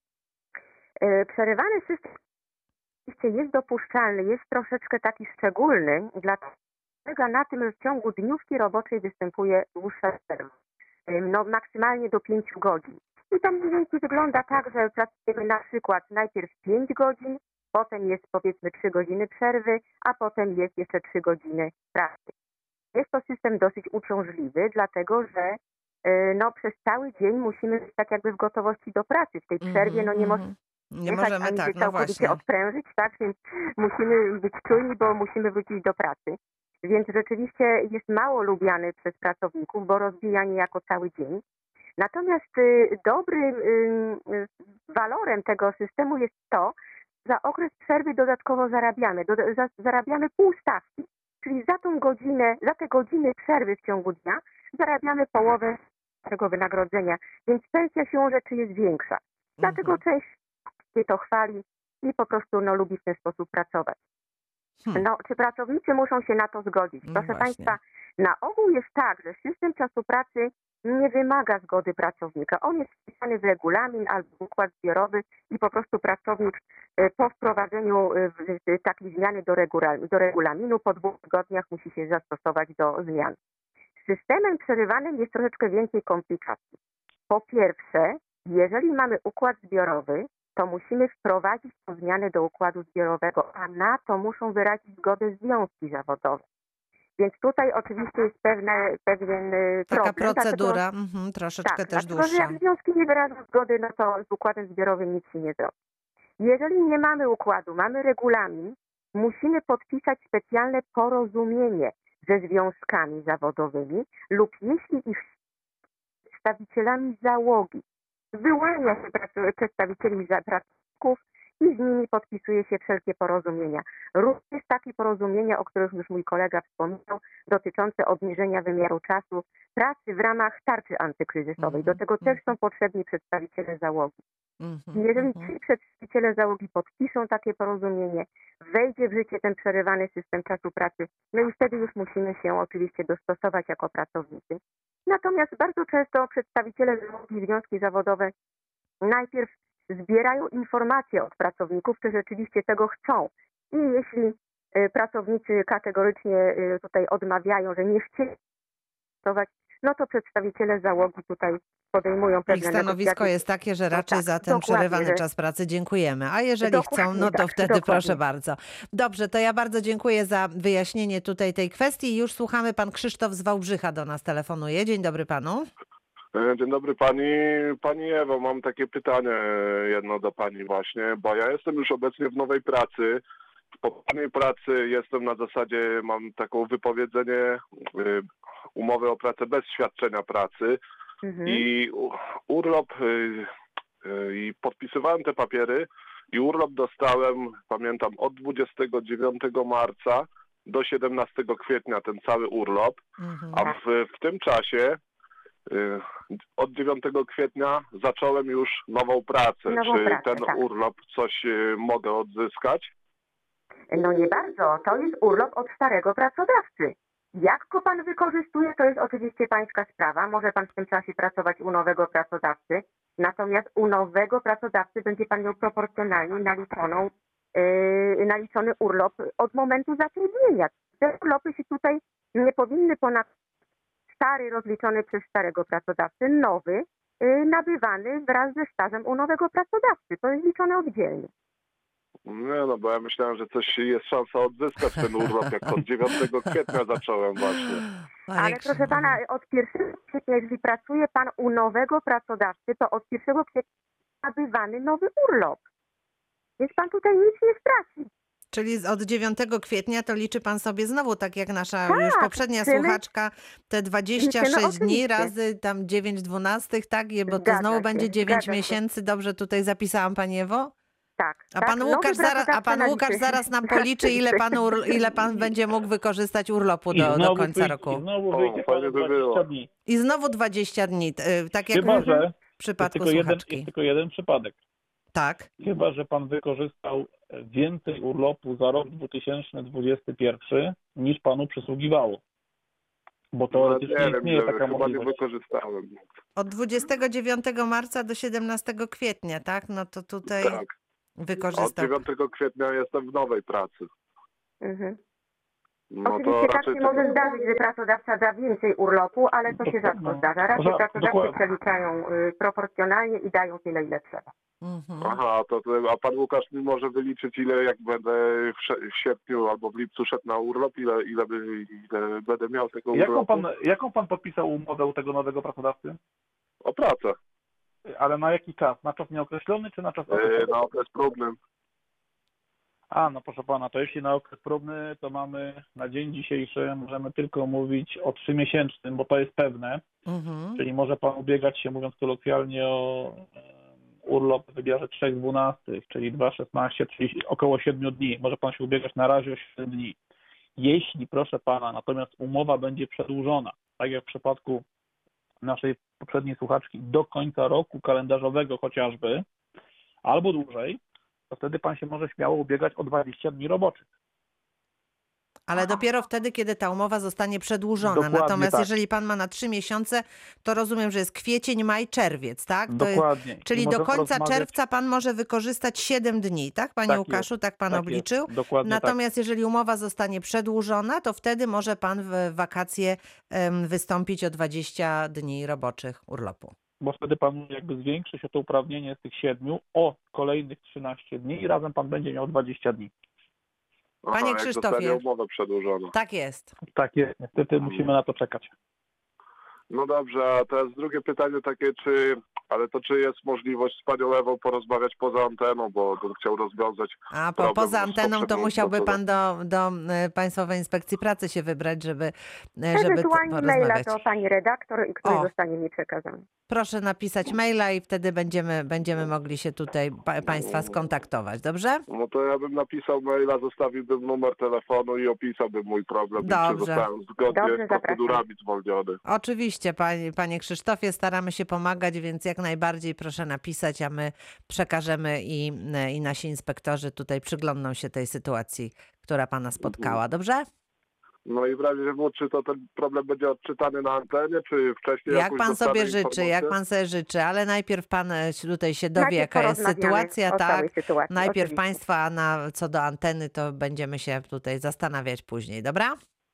[SPEAKER 5] E, Przerywany system oczywiście jest dopuszczalny, jest troszeczkę taki szczególny, dlatego polega na tym, że w ciągu dniówki roboczej występuje dłuższa przerwa, E, no maksymalnie do pięciu godzin. I to mniej więcej wygląda tak, że pracujemy na przykład najpierw pięć godzin, potem jest powiedzmy trzy godziny przerwy, a potem jest jeszcze trzy godziny pracy. Jest to system dosyć uciążliwy, dlatego że e, no, przez cały dzień musimy być tak jakby w gotowości do pracy. W tej przerwie no, nie możemy
[SPEAKER 1] Nie
[SPEAKER 5] jechać
[SPEAKER 1] możemy,
[SPEAKER 5] ani
[SPEAKER 1] tak,
[SPEAKER 5] się
[SPEAKER 1] no
[SPEAKER 5] całkowicie
[SPEAKER 1] właśnie.
[SPEAKER 5] odprężyć, tak? Więc musimy być czujni, bo musimy wrócić do pracy. Więc rzeczywiście jest mało lubiany przez pracowników, bo rozbija niejako cały dzień. Natomiast y, dobrym y, y, walorem tego systemu jest to, że za okres przerwy dodatkowo zarabiamy. Do, za, zarabiamy pół stawki, czyli za tą godzinę, za te godziny przerwy w ciągu dnia zarabiamy połowę tego wynagrodzenia. Więc pensja siłą rzeczy jest większa. Dlatego część się to chwali i po prostu no, lubi w ten sposób pracować.
[SPEAKER 1] Hmm.
[SPEAKER 5] No, czy pracownicy muszą się na to zgodzić?
[SPEAKER 1] No
[SPEAKER 5] Proszę
[SPEAKER 1] właśnie.
[SPEAKER 5] Państwa, na ogół jest tak, że system czasu pracy nie wymaga zgody pracownika. On jest wpisany w regulamin albo w układ zbiorowy i po prostu pracownik e, po wprowadzeniu e, w- w- takiej zmiany do, regula- do regulaminu po dwóch tygodniach musi się zastosować do zmian. Z systemem przerywanym jest troszeczkę więcej komplikacji. Po pierwsze, jeżeli mamy układ zbiorowy, to musimy wprowadzić tę zmianę do układu zbiorowego, a na to muszą wyrazić zgodę związki zawodowe. Więc tutaj oczywiście jest pewne, pewien y,
[SPEAKER 1] Taka
[SPEAKER 5] problem.
[SPEAKER 1] procedura,
[SPEAKER 5] Dlatego,
[SPEAKER 1] mhm, troszeczkę
[SPEAKER 5] tak,
[SPEAKER 1] też
[SPEAKER 5] dlatego, że
[SPEAKER 1] dłuższa.
[SPEAKER 5] jak związki nie wyrażą zgody, no to z układem zbiorowym nic się nie zrobi. Jeżeli nie mamy układu, mamy regulamin, musimy podpisać specjalne porozumienie ze związkami zawodowymi lub jeśli ich przedstawicielami załogi. Wyłania się pracu- przedstawicieli za- pracowników i z nimi podpisuje się wszelkie porozumienia. Również takie porozumienia, o których już mój kolega wspomniał, dotyczące obniżenia wymiaru czasu pracy w ramach tarczy antykryzysowej. Do tego też są potrzebni przedstawiciele załogi. I jeżeli ci przedstawiciele załogi podpiszą takie porozumienie, wejdzie w życie ten przerywany system czasu pracy, no i wtedy już musimy się oczywiście dostosować jako pracownicy. Natomiast bardzo często przedstawiciele załogi i związki zawodowe najpierw zbierają informacje od pracowników, czy rzeczywiście tego chcą. I jeśli y, pracownicy kategorycznie y, tutaj odmawiają, że nie chcieli pracować, no to przedstawiciele załogi tutaj podejmują pewne
[SPEAKER 1] Ich stanowisko
[SPEAKER 5] negocjacje.
[SPEAKER 1] jest takie, że raczej
[SPEAKER 5] tak,
[SPEAKER 1] za ten
[SPEAKER 5] dokładnie,
[SPEAKER 1] przerywany
[SPEAKER 5] że-
[SPEAKER 1] czas pracy dziękujemy. A jeżeli
[SPEAKER 5] Dokładnie
[SPEAKER 1] chcą, no to
[SPEAKER 5] tak,
[SPEAKER 1] wtedy
[SPEAKER 5] dokładnie.
[SPEAKER 1] proszę bardzo. Dobrze, to ja bardzo dziękuję za wyjaśnienie tutaj tej kwestii. Już słuchamy, pan Krzysztof z Wałbrzycha do nas telefonuje. Dzień dobry panu.
[SPEAKER 8] Dzień dobry pani. Pani Ewo, mam takie pytanie jedno do pani właśnie, bo ja jestem już obecnie w nowej pracy. W poprzedniej pracy jestem na zasadzie, mam taką wypowiedzenie y, umowy o pracę bez świadczenia pracy
[SPEAKER 5] Mhm.
[SPEAKER 8] i u- urlop y, y, i podpisywałem te papiery i urlop dostałem, pamiętam, od dwudziestego dziewiątego marca do siedemnastego kwietnia ten cały urlop,
[SPEAKER 1] Mhm.
[SPEAKER 8] a w, w tym czasie y, od dziewiątego kwietnia zacząłem już nową pracę.
[SPEAKER 5] Nową
[SPEAKER 8] Czy
[SPEAKER 5] pracę,
[SPEAKER 8] ten
[SPEAKER 5] tak.
[SPEAKER 8] urlop coś y, mogę odzyskać?
[SPEAKER 5] No nie bardzo. To jest urlop od starego pracodawcy. Jak go pan wykorzystuje, to jest oczywiście pańska sprawa. Może pan w tym czasie pracować u nowego pracodawcy. Natomiast u nowego pracodawcy będzie pan miał proporcjonalnie naliczoną, yy, naliczony urlop od momentu zatrudnienia. Te urlopy się tutaj nie powinny ponad stary rozliczony przez starego pracodawcy, nowy yy, nabywany wraz ze stażem u nowego pracodawcy. To jest liczone oddzielnie.
[SPEAKER 8] Nie no, bo ja myślałem, że coś jest szansa odzyskać ten urlop, jak od dziewiątego kwietnia zacząłem właśnie.
[SPEAKER 5] Ale proszę pana, od pierwszego kwietnia, jeżeli pracuje pan u nowego pracodawcy, to od pierwszego kwietnia nabywany nowy urlop. Więc pan tutaj nic nie straci.
[SPEAKER 1] Czyli z- od dziewiątego kwietnia to liczy pan sobie znowu, tak jak nasza
[SPEAKER 5] Tak,
[SPEAKER 1] już poprzednia
[SPEAKER 5] liczymy-
[SPEAKER 1] słuchaczka, te dwadzieścia
[SPEAKER 5] liczymy
[SPEAKER 1] sześć dni
[SPEAKER 5] oczywiście.
[SPEAKER 1] razy tam dziewięć dwunastych, tak? Je- Bo to
[SPEAKER 5] Zgadza
[SPEAKER 1] znowu
[SPEAKER 5] się,
[SPEAKER 1] będzie dziewięć
[SPEAKER 5] zgadza się.
[SPEAKER 1] miesięcy. Dobrze tutaj zapisałam, pani Ewo?
[SPEAKER 5] Tak.
[SPEAKER 1] A
[SPEAKER 5] tak.
[SPEAKER 1] pan
[SPEAKER 5] Nowy
[SPEAKER 1] Łukasz, zaraz, a
[SPEAKER 5] pracodawca
[SPEAKER 1] pan
[SPEAKER 5] naliczy.
[SPEAKER 1] Łukasz zaraz nam policzy, ile pan, ur, ile pan będzie mógł wykorzystać urlopu
[SPEAKER 3] I
[SPEAKER 1] do, do
[SPEAKER 3] znowu
[SPEAKER 1] końca
[SPEAKER 3] wyjdzie-
[SPEAKER 1] roku.
[SPEAKER 3] I znowu
[SPEAKER 8] O,
[SPEAKER 3] wyjdzie
[SPEAKER 8] fajnie
[SPEAKER 3] panu
[SPEAKER 8] by było.
[SPEAKER 3] dwadzieścia dni.
[SPEAKER 1] I znowu dwadzieścia dni, y, tak jak
[SPEAKER 3] Chyba,
[SPEAKER 1] w
[SPEAKER 3] że jest
[SPEAKER 1] przypadku
[SPEAKER 3] tylko, jeden,
[SPEAKER 1] słuchaczki.
[SPEAKER 3] jest tylko jeden przypadek.
[SPEAKER 1] Tak.
[SPEAKER 3] Chyba, że pan wykorzystał więcej urlopu za rok dwa tysiące dwudziesty pierwszy niż panu przysługiwało. Bo
[SPEAKER 8] No,
[SPEAKER 3] teoretycznie
[SPEAKER 8] nie wiem,
[SPEAKER 3] istnieje
[SPEAKER 8] że
[SPEAKER 3] taka
[SPEAKER 8] chyba nie
[SPEAKER 3] możliwość.
[SPEAKER 8] wykorzystałem.
[SPEAKER 1] Od dwudziestego dziewiątego marca do siedemnastego kwietnia, tak? No to tutaj
[SPEAKER 8] Tak, od
[SPEAKER 1] wykorzystał.
[SPEAKER 8] dziewiątego kwietnia jestem w nowej pracy.
[SPEAKER 5] Mhm.
[SPEAKER 8] No to
[SPEAKER 5] Oczywiście tak
[SPEAKER 8] raczej
[SPEAKER 5] się może zdarzyć, że pracodawca da więcej urlopu, ale to się
[SPEAKER 3] Dokładnie.
[SPEAKER 5] rzadko zdarza. Raczej
[SPEAKER 3] Za-
[SPEAKER 5] pracodawcy
[SPEAKER 3] dokładnie.
[SPEAKER 5] przeliczają y, proporcjonalnie i dają tyle, ile trzeba.
[SPEAKER 1] Mhm.
[SPEAKER 8] Aha, to, to a pan Łukasz mi może wyliczyć, ile jak będę w, sze- w sierpniu albo w lipcu szedł na urlop, ile, ile, by, ile będę miał tego
[SPEAKER 3] Jaką
[SPEAKER 8] urlopu?
[SPEAKER 3] pan, jaką pan podpisał umowę u tego nowego pracodawcy?
[SPEAKER 8] O pracę,
[SPEAKER 3] Ale na jaki czas? Na czas nieokreślony czy na czas
[SPEAKER 8] e,
[SPEAKER 3] określony?
[SPEAKER 8] na okres próbny.
[SPEAKER 3] A, no proszę pana, to jeśli na okres próbny, to mamy na dzień dzisiejszy, możemy tylko mówić o trzymiesięcznym, bo to jest pewne.
[SPEAKER 1] Mhm.
[SPEAKER 3] Czyli może pan ubiegać się, mówiąc kolokwialnie, o e, urlop w wymiarze trzech dwunastych, czyli dwa szesnaście, czyli około siedmiu dni. Może pan się ubiegać na razie o siedem dni. Jeśli, proszę pana, natomiast umowa będzie przedłużona, tak jak w przypadku naszej poprzedniej słuchaczki, do końca roku kalendarzowego chociażby, albo dłużej, to wtedy pan się może śmiało ubiegać o dwadzieścia dni roboczych.
[SPEAKER 1] Ale dopiero wtedy, kiedy ta umowa zostanie przedłużona.
[SPEAKER 3] Dokładnie
[SPEAKER 1] Natomiast
[SPEAKER 3] tak.
[SPEAKER 1] jeżeli pan ma na trzy miesiące, to rozumiem, że jest kwiecień, maj, czerwiec, tak? To jest,
[SPEAKER 3] Dokładnie. I
[SPEAKER 1] czyli do
[SPEAKER 3] możemy
[SPEAKER 1] końca
[SPEAKER 3] rozmawiać-
[SPEAKER 1] czerwca pan może wykorzystać siedem dni, tak, panie
[SPEAKER 3] Tak
[SPEAKER 1] Łukaszu?
[SPEAKER 3] jest,
[SPEAKER 1] Tak pan
[SPEAKER 3] tak
[SPEAKER 1] obliczył?
[SPEAKER 3] jest, dokładnie
[SPEAKER 1] Natomiast jeżeli umowa zostanie przedłużona, to wtedy może pan w wakacje em, wystąpić o dwadzieścia dni roboczych urlopu.
[SPEAKER 3] Bo wtedy pan jakby zwiększy się to uprawnienie z tych siedmiu o kolejnych trzynaście dni i razem pan będzie miał dwadzieścia dni.
[SPEAKER 8] Aha,
[SPEAKER 1] Panie
[SPEAKER 8] jak
[SPEAKER 1] Krzysztofie.
[SPEAKER 8] zostanie umowę przedłużoną.
[SPEAKER 1] Tak jest.
[SPEAKER 3] Tak jest, niestety musimy na to czekać.
[SPEAKER 8] No dobrze, a teraz drugie pytanie takie, czy Ale to czy jest możliwość z panią Ewą porozmawiać poza anteną, bo bym chciał rozwiązać
[SPEAKER 1] A po,
[SPEAKER 8] problem
[SPEAKER 1] poza
[SPEAKER 8] z
[SPEAKER 1] anteną to
[SPEAKER 8] poprzednią
[SPEAKER 1] musiałby
[SPEAKER 8] procedurą.
[SPEAKER 1] pan do, do e, Państwowej Inspekcji Pracy się wybrać, żeby, e, żeby t-
[SPEAKER 5] Ewentualnie maila
[SPEAKER 1] porozmawiać.
[SPEAKER 5] do pani redaktor, i który
[SPEAKER 1] O.
[SPEAKER 5] zostanie mi przekazany.
[SPEAKER 1] Proszę napisać maila i wtedy będziemy, będziemy mogli się tutaj pa, Państwa skontaktować, dobrze?
[SPEAKER 8] No to ja bym napisał maila, zostawiłbym numer telefonu i opisałbym mój problem. I czy
[SPEAKER 1] Dobrze.
[SPEAKER 8] zostałem zgodnie
[SPEAKER 5] Dobrze,
[SPEAKER 8] z
[SPEAKER 5] zapraszam.
[SPEAKER 8] procedurami zwolniony.
[SPEAKER 1] Oczywiście, panie, panie Krzysztofie, staramy się pomagać, więc jak najbardziej proszę napisać, a my przekażemy i, i nasi inspektorzy tutaj przyglądną się tej sytuacji, która pana spotkała, dobrze?
[SPEAKER 8] No i w razie czego, czy to ten problem będzie odczytany na antenie, czy wcześniej
[SPEAKER 1] Jak
[SPEAKER 8] jakąś
[SPEAKER 1] pan
[SPEAKER 8] dostanę
[SPEAKER 1] sobie życzy,
[SPEAKER 8] informację?
[SPEAKER 1] jak pan sobie życzy, ale najpierw pan e, tutaj się dowie,
[SPEAKER 5] Najpierw
[SPEAKER 1] jaka jest
[SPEAKER 5] porozmawiamy
[SPEAKER 1] sytuacja,
[SPEAKER 5] o
[SPEAKER 1] tak?
[SPEAKER 5] całej sytuacji,
[SPEAKER 1] Najpierw
[SPEAKER 5] oczywiście.
[SPEAKER 1] państwa na, co do anteny, to będziemy się tutaj zastanawiać później, dobra?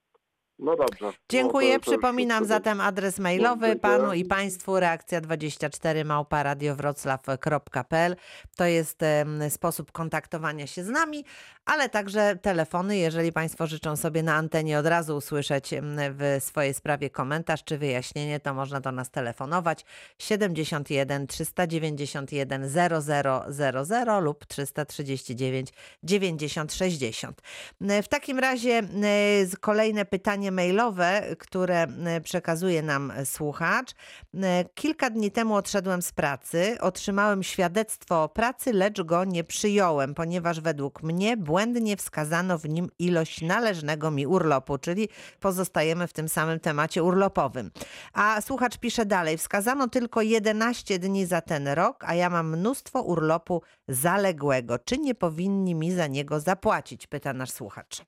[SPEAKER 8] No dobrze.
[SPEAKER 1] Dziękuję.
[SPEAKER 8] No to- to już
[SPEAKER 1] Przypominam
[SPEAKER 8] wszystko
[SPEAKER 1] zatem adres mailowy
[SPEAKER 8] dziękuję.
[SPEAKER 1] panu i państwu reakcja dwadzieścia cztery małpa radiowroclaw kropka p l. To jest em, sposób kontaktowania się z nami, ale także telefony, jeżeli państwo życzą sobie na antenie od razu usłyszeć em, w swojej sprawie komentarz czy wyjaśnienie, to można do nas telefonować siedemdziesiąt jeden trzysta dziewięćdziesiąt jeden zero zero zero zero lub trzysta trzydzieści dziewięć dziewięćdziesiąt sześćdziesiąt. W takim razie e, z- kolejne pytanie mailowe, które e, przekazuje nam słuchacz. E, Kilka dni temu odszedłem z pracy, otrzymałem świadectwo o pracy, lecz go nie przyjąłem, ponieważ według mnie błędnie wskazano w nim ilość należnego mi urlopu, czyli pozostajemy w tym samym temacie urlopowym. A słuchacz pisze dalej, wskazano tylko jedenaście dni za ten rok, a ja mam mnóstwo urlopu zaległego. Czy nie powinni mi za niego zapłacić? Pyta nasz słuchacz.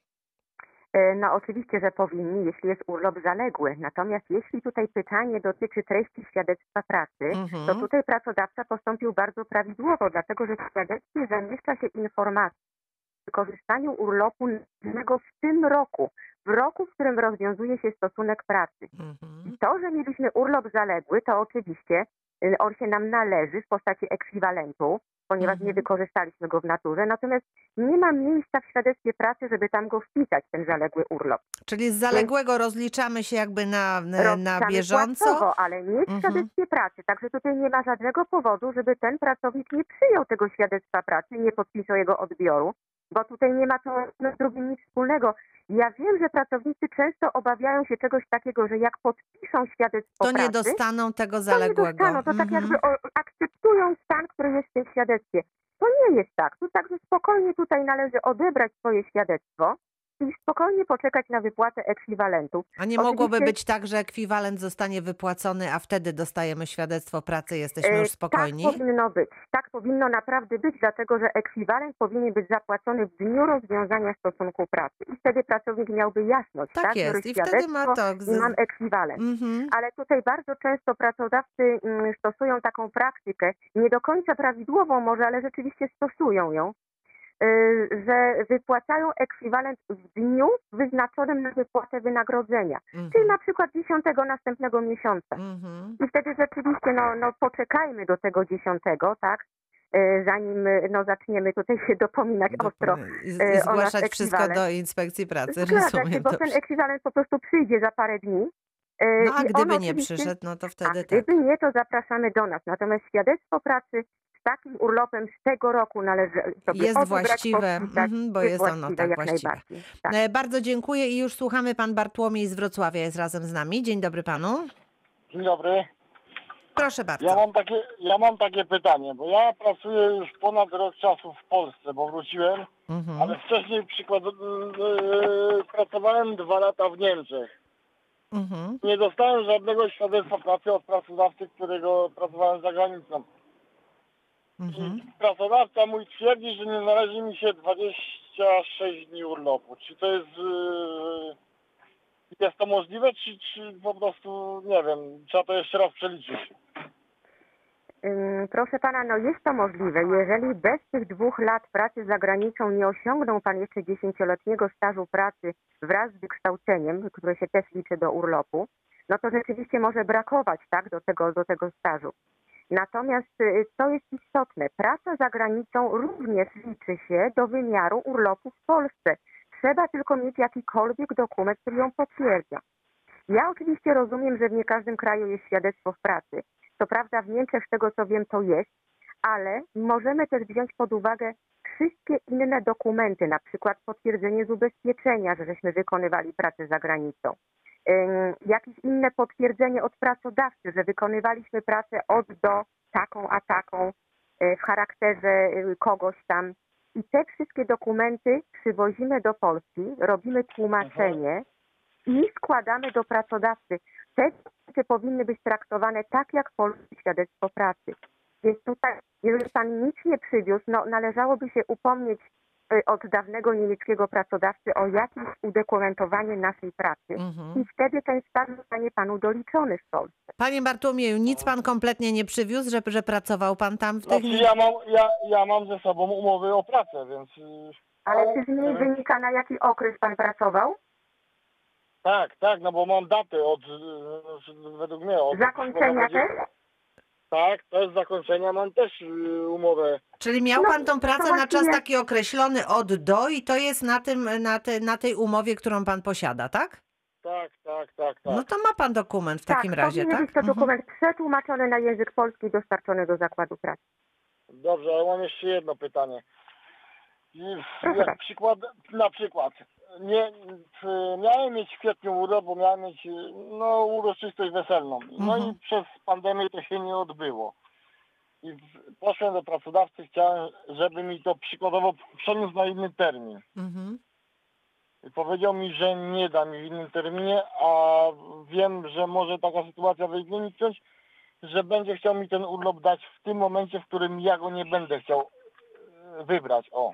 [SPEAKER 5] E, No oczywiście, że powinni, jeśli jest urlop zaległy. Natomiast jeśli tutaj pytanie dotyczy treści świadectwa pracy,
[SPEAKER 1] Mhm.
[SPEAKER 5] to tutaj pracodawca postąpił bardzo prawidłowo, dlatego że w świadectwie zamieszcza się informacja o wykorzystaniu urlopu należnego w tym roku, w roku, w którym rozwiązuje się stosunek pracy.
[SPEAKER 1] Mhm.
[SPEAKER 5] I to, że mieliśmy urlop zaległy, to oczywiście y, on się nam należy w postaci ekwiwalentu, ponieważ
[SPEAKER 1] Mhm.
[SPEAKER 5] nie wykorzystaliśmy go w naturze, natomiast nie ma miejsca w świadectwie pracy, żeby tam go wpisać, ten zaległy urlop.
[SPEAKER 1] Czyli z zaległego rozliczamy się jakby na, na, na
[SPEAKER 5] Rozliczamy
[SPEAKER 1] bieżąco?
[SPEAKER 5] płacowo, ale nie w
[SPEAKER 1] Mhm.
[SPEAKER 5] świadectwie pracy. Także tutaj nie ma żadnego powodu, żeby ten pracownik nie przyjął tego świadectwa pracy, nie podpisał jego odbioru, bo tutaj nie ma to jedno z drugim nic wspólnego. Ja wiem, że pracownicy często obawiają się czegoś takiego, że jak podpiszą świadectwo
[SPEAKER 1] To
[SPEAKER 5] pracy,
[SPEAKER 1] nie dostaną tego
[SPEAKER 5] to nie
[SPEAKER 1] zaległego.
[SPEAKER 5] dostaną, to tak
[SPEAKER 1] Mhm.
[SPEAKER 5] jakby o, akceptują stan, który jest w tym świadectwie. To nie jest tak. Tu także spokojnie tutaj należy odebrać swoje świadectwo i spokojnie poczekać na wypłatę ekwiwalentów.
[SPEAKER 1] A nie mogłoby
[SPEAKER 5] Oczywiście-
[SPEAKER 1] być tak, że ekwiwalent zostanie wypłacony, a wtedy dostajemy świadectwo pracy i jesteśmy
[SPEAKER 5] E,
[SPEAKER 1] już spokojni?
[SPEAKER 5] Tak powinno być. Tak powinno naprawdę być, dlatego że ekwiwalent powinien być zapłacony w dniu rozwiązania stosunku pracy. I wtedy pracownik miałby jasność,
[SPEAKER 1] Tak
[SPEAKER 5] tak?
[SPEAKER 1] jest.
[SPEAKER 5] Biorę
[SPEAKER 1] I wtedy ma
[SPEAKER 5] świadectwo
[SPEAKER 1] to-
[SPEAKER 5] i mam ekwiwalent.
[SPEAKER 1] Mhm.
[SPEAKER 5] Ale tutaj bardzo często pracodawcy mm, stosują taką praktykę, nie do końca prawidłową może, ale rzeczywiście stosują ją, y, że wypłacają ekwiwalent w dniu wyznaczonym na wypłatę wynagrodzenia,
[SPEAKER 1] Mhm.
[SPEAKER 5] czyli na przykład dziesiątego następnego miesiąca.
[SPEAKER 1] Mhm.
[SPEAKER 5] I wtedy rzeczywiście no, no poczekajmy do tego dziesiątego, tak? E, Zanim e, no, zaczniemy tutaj się dopominać ostro.
[SPEAKER 1] I,
[SPEAKER 5] e,
[SPEAKER 1] i
[SPEAKER 5] o
[SPEAKER 1] zgłaszać
[SPEAKER 5] nasz
[SPEAKER 1] wszystko
[SPEAKER 5] ekwiwalent.
[SPEAKER 1] do inspekcji pracy,
[SPEAKER 5] Zgadza się,
[SPEAKER 1] rozumiem.
[SPEAKER 5] bo ten
[SPEAKER 1] Dobrze.
[SPEAKER 5] ekwiwalent po prostu przyjdzie za parę dni. e,
[SPEAKER 1] No a
[SPEAKER 5] i on
[SPEAKER 1] gdyby nie
[SPEAKER 5] oczywiście-
[SPEAKER 1] przyszedł, no to
[SPEAKER 5] A
[SPEAKER 1] wtedy tak.
[SPEAKER 5] gdyby nie, to zapraszamy do nas. Natomiast świadectwo pracy z takim urlopem z tego roku należy sobie
[SPEAKER 1] Jest
[SPEAKER 5] odebrać,
[SPEAKER 1] właściwe,
[SPEAKER 5] podpisać.
[SPEAKER 1] mhm, bo jest ono
[SPEAKER 5] właściwe,
[SPEAKER 1] tak
[SPEAKER 5] jak
[SPEAKER 1] właściwe.
[SPEAKER 5] najbardziej. Tak.
[SPEAKER 1] E, Bardzo dziękuję i już słuchamy. Pan Bartłomiej z Wrocławia jest razem z nami. Dzień dobry panu.
[SPEAKER 9] Dzień dobry.
[SPEAKER 1] Proszę bardzo.
[SPEAKER 9] Ja mam takie, ja mam takie pytanie, bo ja pracuję już ponad rok czasu w Polsce, bo wróciłem,
[SPEAKER 1] Mhm.
[SPEAKER 9] ale wcześniej przykład, yy, pracowałem dwa lata w Niemczech.
[SPEAKER 1] Mhm.
[SPEAKER 9] Nie dostałem żadnego świadectwa pracy od pracodawcy, którego pracowałem za granicą.
[SPEAKER 1] Mhm.
[SPEAKER 9] I pracodawca mój twierdzi, że nie należy mi się dwadzieścia sześć dni urlopu. Czy to jest... Yy, jest to możliwe, czy, czy po prostu, nie wiem, trzeba to jeszcze raz przeliczyć?
[SPEAKER 5] Ym, Proszę pana, no jest to możliwe. Jeżeli bez tych dwóch lat pracy za granicą nie osiągnął pan jeszcze dziesięcioletniego stażu pracy wraz z wykształceniem, które się też liczy do urlopu, no to rzeczywiście może brakować, tak, do tego, do tego stażu. Natomiast y, co jest istotne, praca za granicą również liczy się do wymiaru urlopu w Polsce. Trzeba tylko mieć jakikolwiek dokument, który ją potwierdza. Ja oczywiście rozumiem, że w nie każdym kraju jest świadectwo w pracy. Co prawda w Niemczech, z tego co wiem, to jest, ale możemy też wziąć pod uwagę wszystkie inne dokumenty, na przykład potwierdzenie z ubezpieczenia, że żeśmy wykonywali pracę za granicą. Ym, jakieś inne potwierdzenie od pracodawcy, że wykonywaliśmy pracę od do taką a taką y, w charakterze y, kogoś tam. I te wszystkie dokumenty przywozimy do Polski, robimy tłumaczenie i składamy do pracodawcy. Te dokumenty powinny być traktowane tak jak polskie świadectwo pracy. Więc tutaj, jeżeli pan nic nie przywiózł, no należałoby się upomnieć y, od dawnego niemieckiego pracodawcy o jakieś udokumentowanie naszej pracy.
[SPEAKER 1] Mhm.
[SPEAKER 5] I wtedy ten stan zostanie panu doliczony w Polsce.
[SPEAKER 1] Panie Bartłomieju, nic pan kompletnie nie przywiózł, że, że pracował pan tam w tych...
[SPEAKER 9] Znaczy ja mam, ja, ja mam ze sobą umowy o pracę, więc y,
[SPEAKER 5] Ale czy z niej wynika, na jaki okres pan pracował?
[SPEAKER 9] tak, tak, no bo mam datę od, y, według mnie od...
[SPEAKER 5] Zakończenia też?
[SPEAKER 9] Tak, też zakończenia mam też y, umowę.
[SPEAKER 1] Czyli miał
[SPEAKER 5] No,
[SPEAKER 1] pan tą
[SPEAKER 5] to
[SPEAKER 1] pracę na czas
[SPEAKER 5] właściwie-
[SPEAKER 1] taki określony od do i to jest na, tym, na, te, na tej umowie, którą pan posiada, tak?
[SPEAKER 9] Tak, tak, tak, tak.
[SPEAKER 1] No to ma pan dokument w takim
[SPEAKER 5] tak,
[SPEAKER 1] razie,
[SPEAKER 5] powinien
[SPEAKER 1] tak?
[SPEAKER 5] być to
[SPEAKER 1] Mhm.
[SPEAKER 5] dokument przetłumaczony na język polski i dostarczony do zakładu pracy.
[SPEAKER 9] Dobrze, ale mam jeszcze jedno pytanie. I
[SPEAKER 5] Proszę
[SPEAKER 9] Jak
[SPEAKER 5] bardzo.
[SPEAKER 9] przykład, na przykład, nie, w- miałem mieć w kwietniu urlop, bo miałem mieć y, no, uroczystość weselną. No
[SPEAKER 1] Mhm.
[SPEAKER 9] i przez pandemię to się nie odbyło. I w- poszedłem do pracodawcy, chciałem, żeby mi to przykładowo przeniósł na inny termin.
[SPEAKER 1] Mhm.
[SPEAKER 9] I powiedział mi, że nie da mi w innym terminie, a wiem, że może taka sytuacja wyniknąć, że będzie chciał mi ten urlop dać w tym momencie, w którym ja go nie będę chciał e, wybrać. O.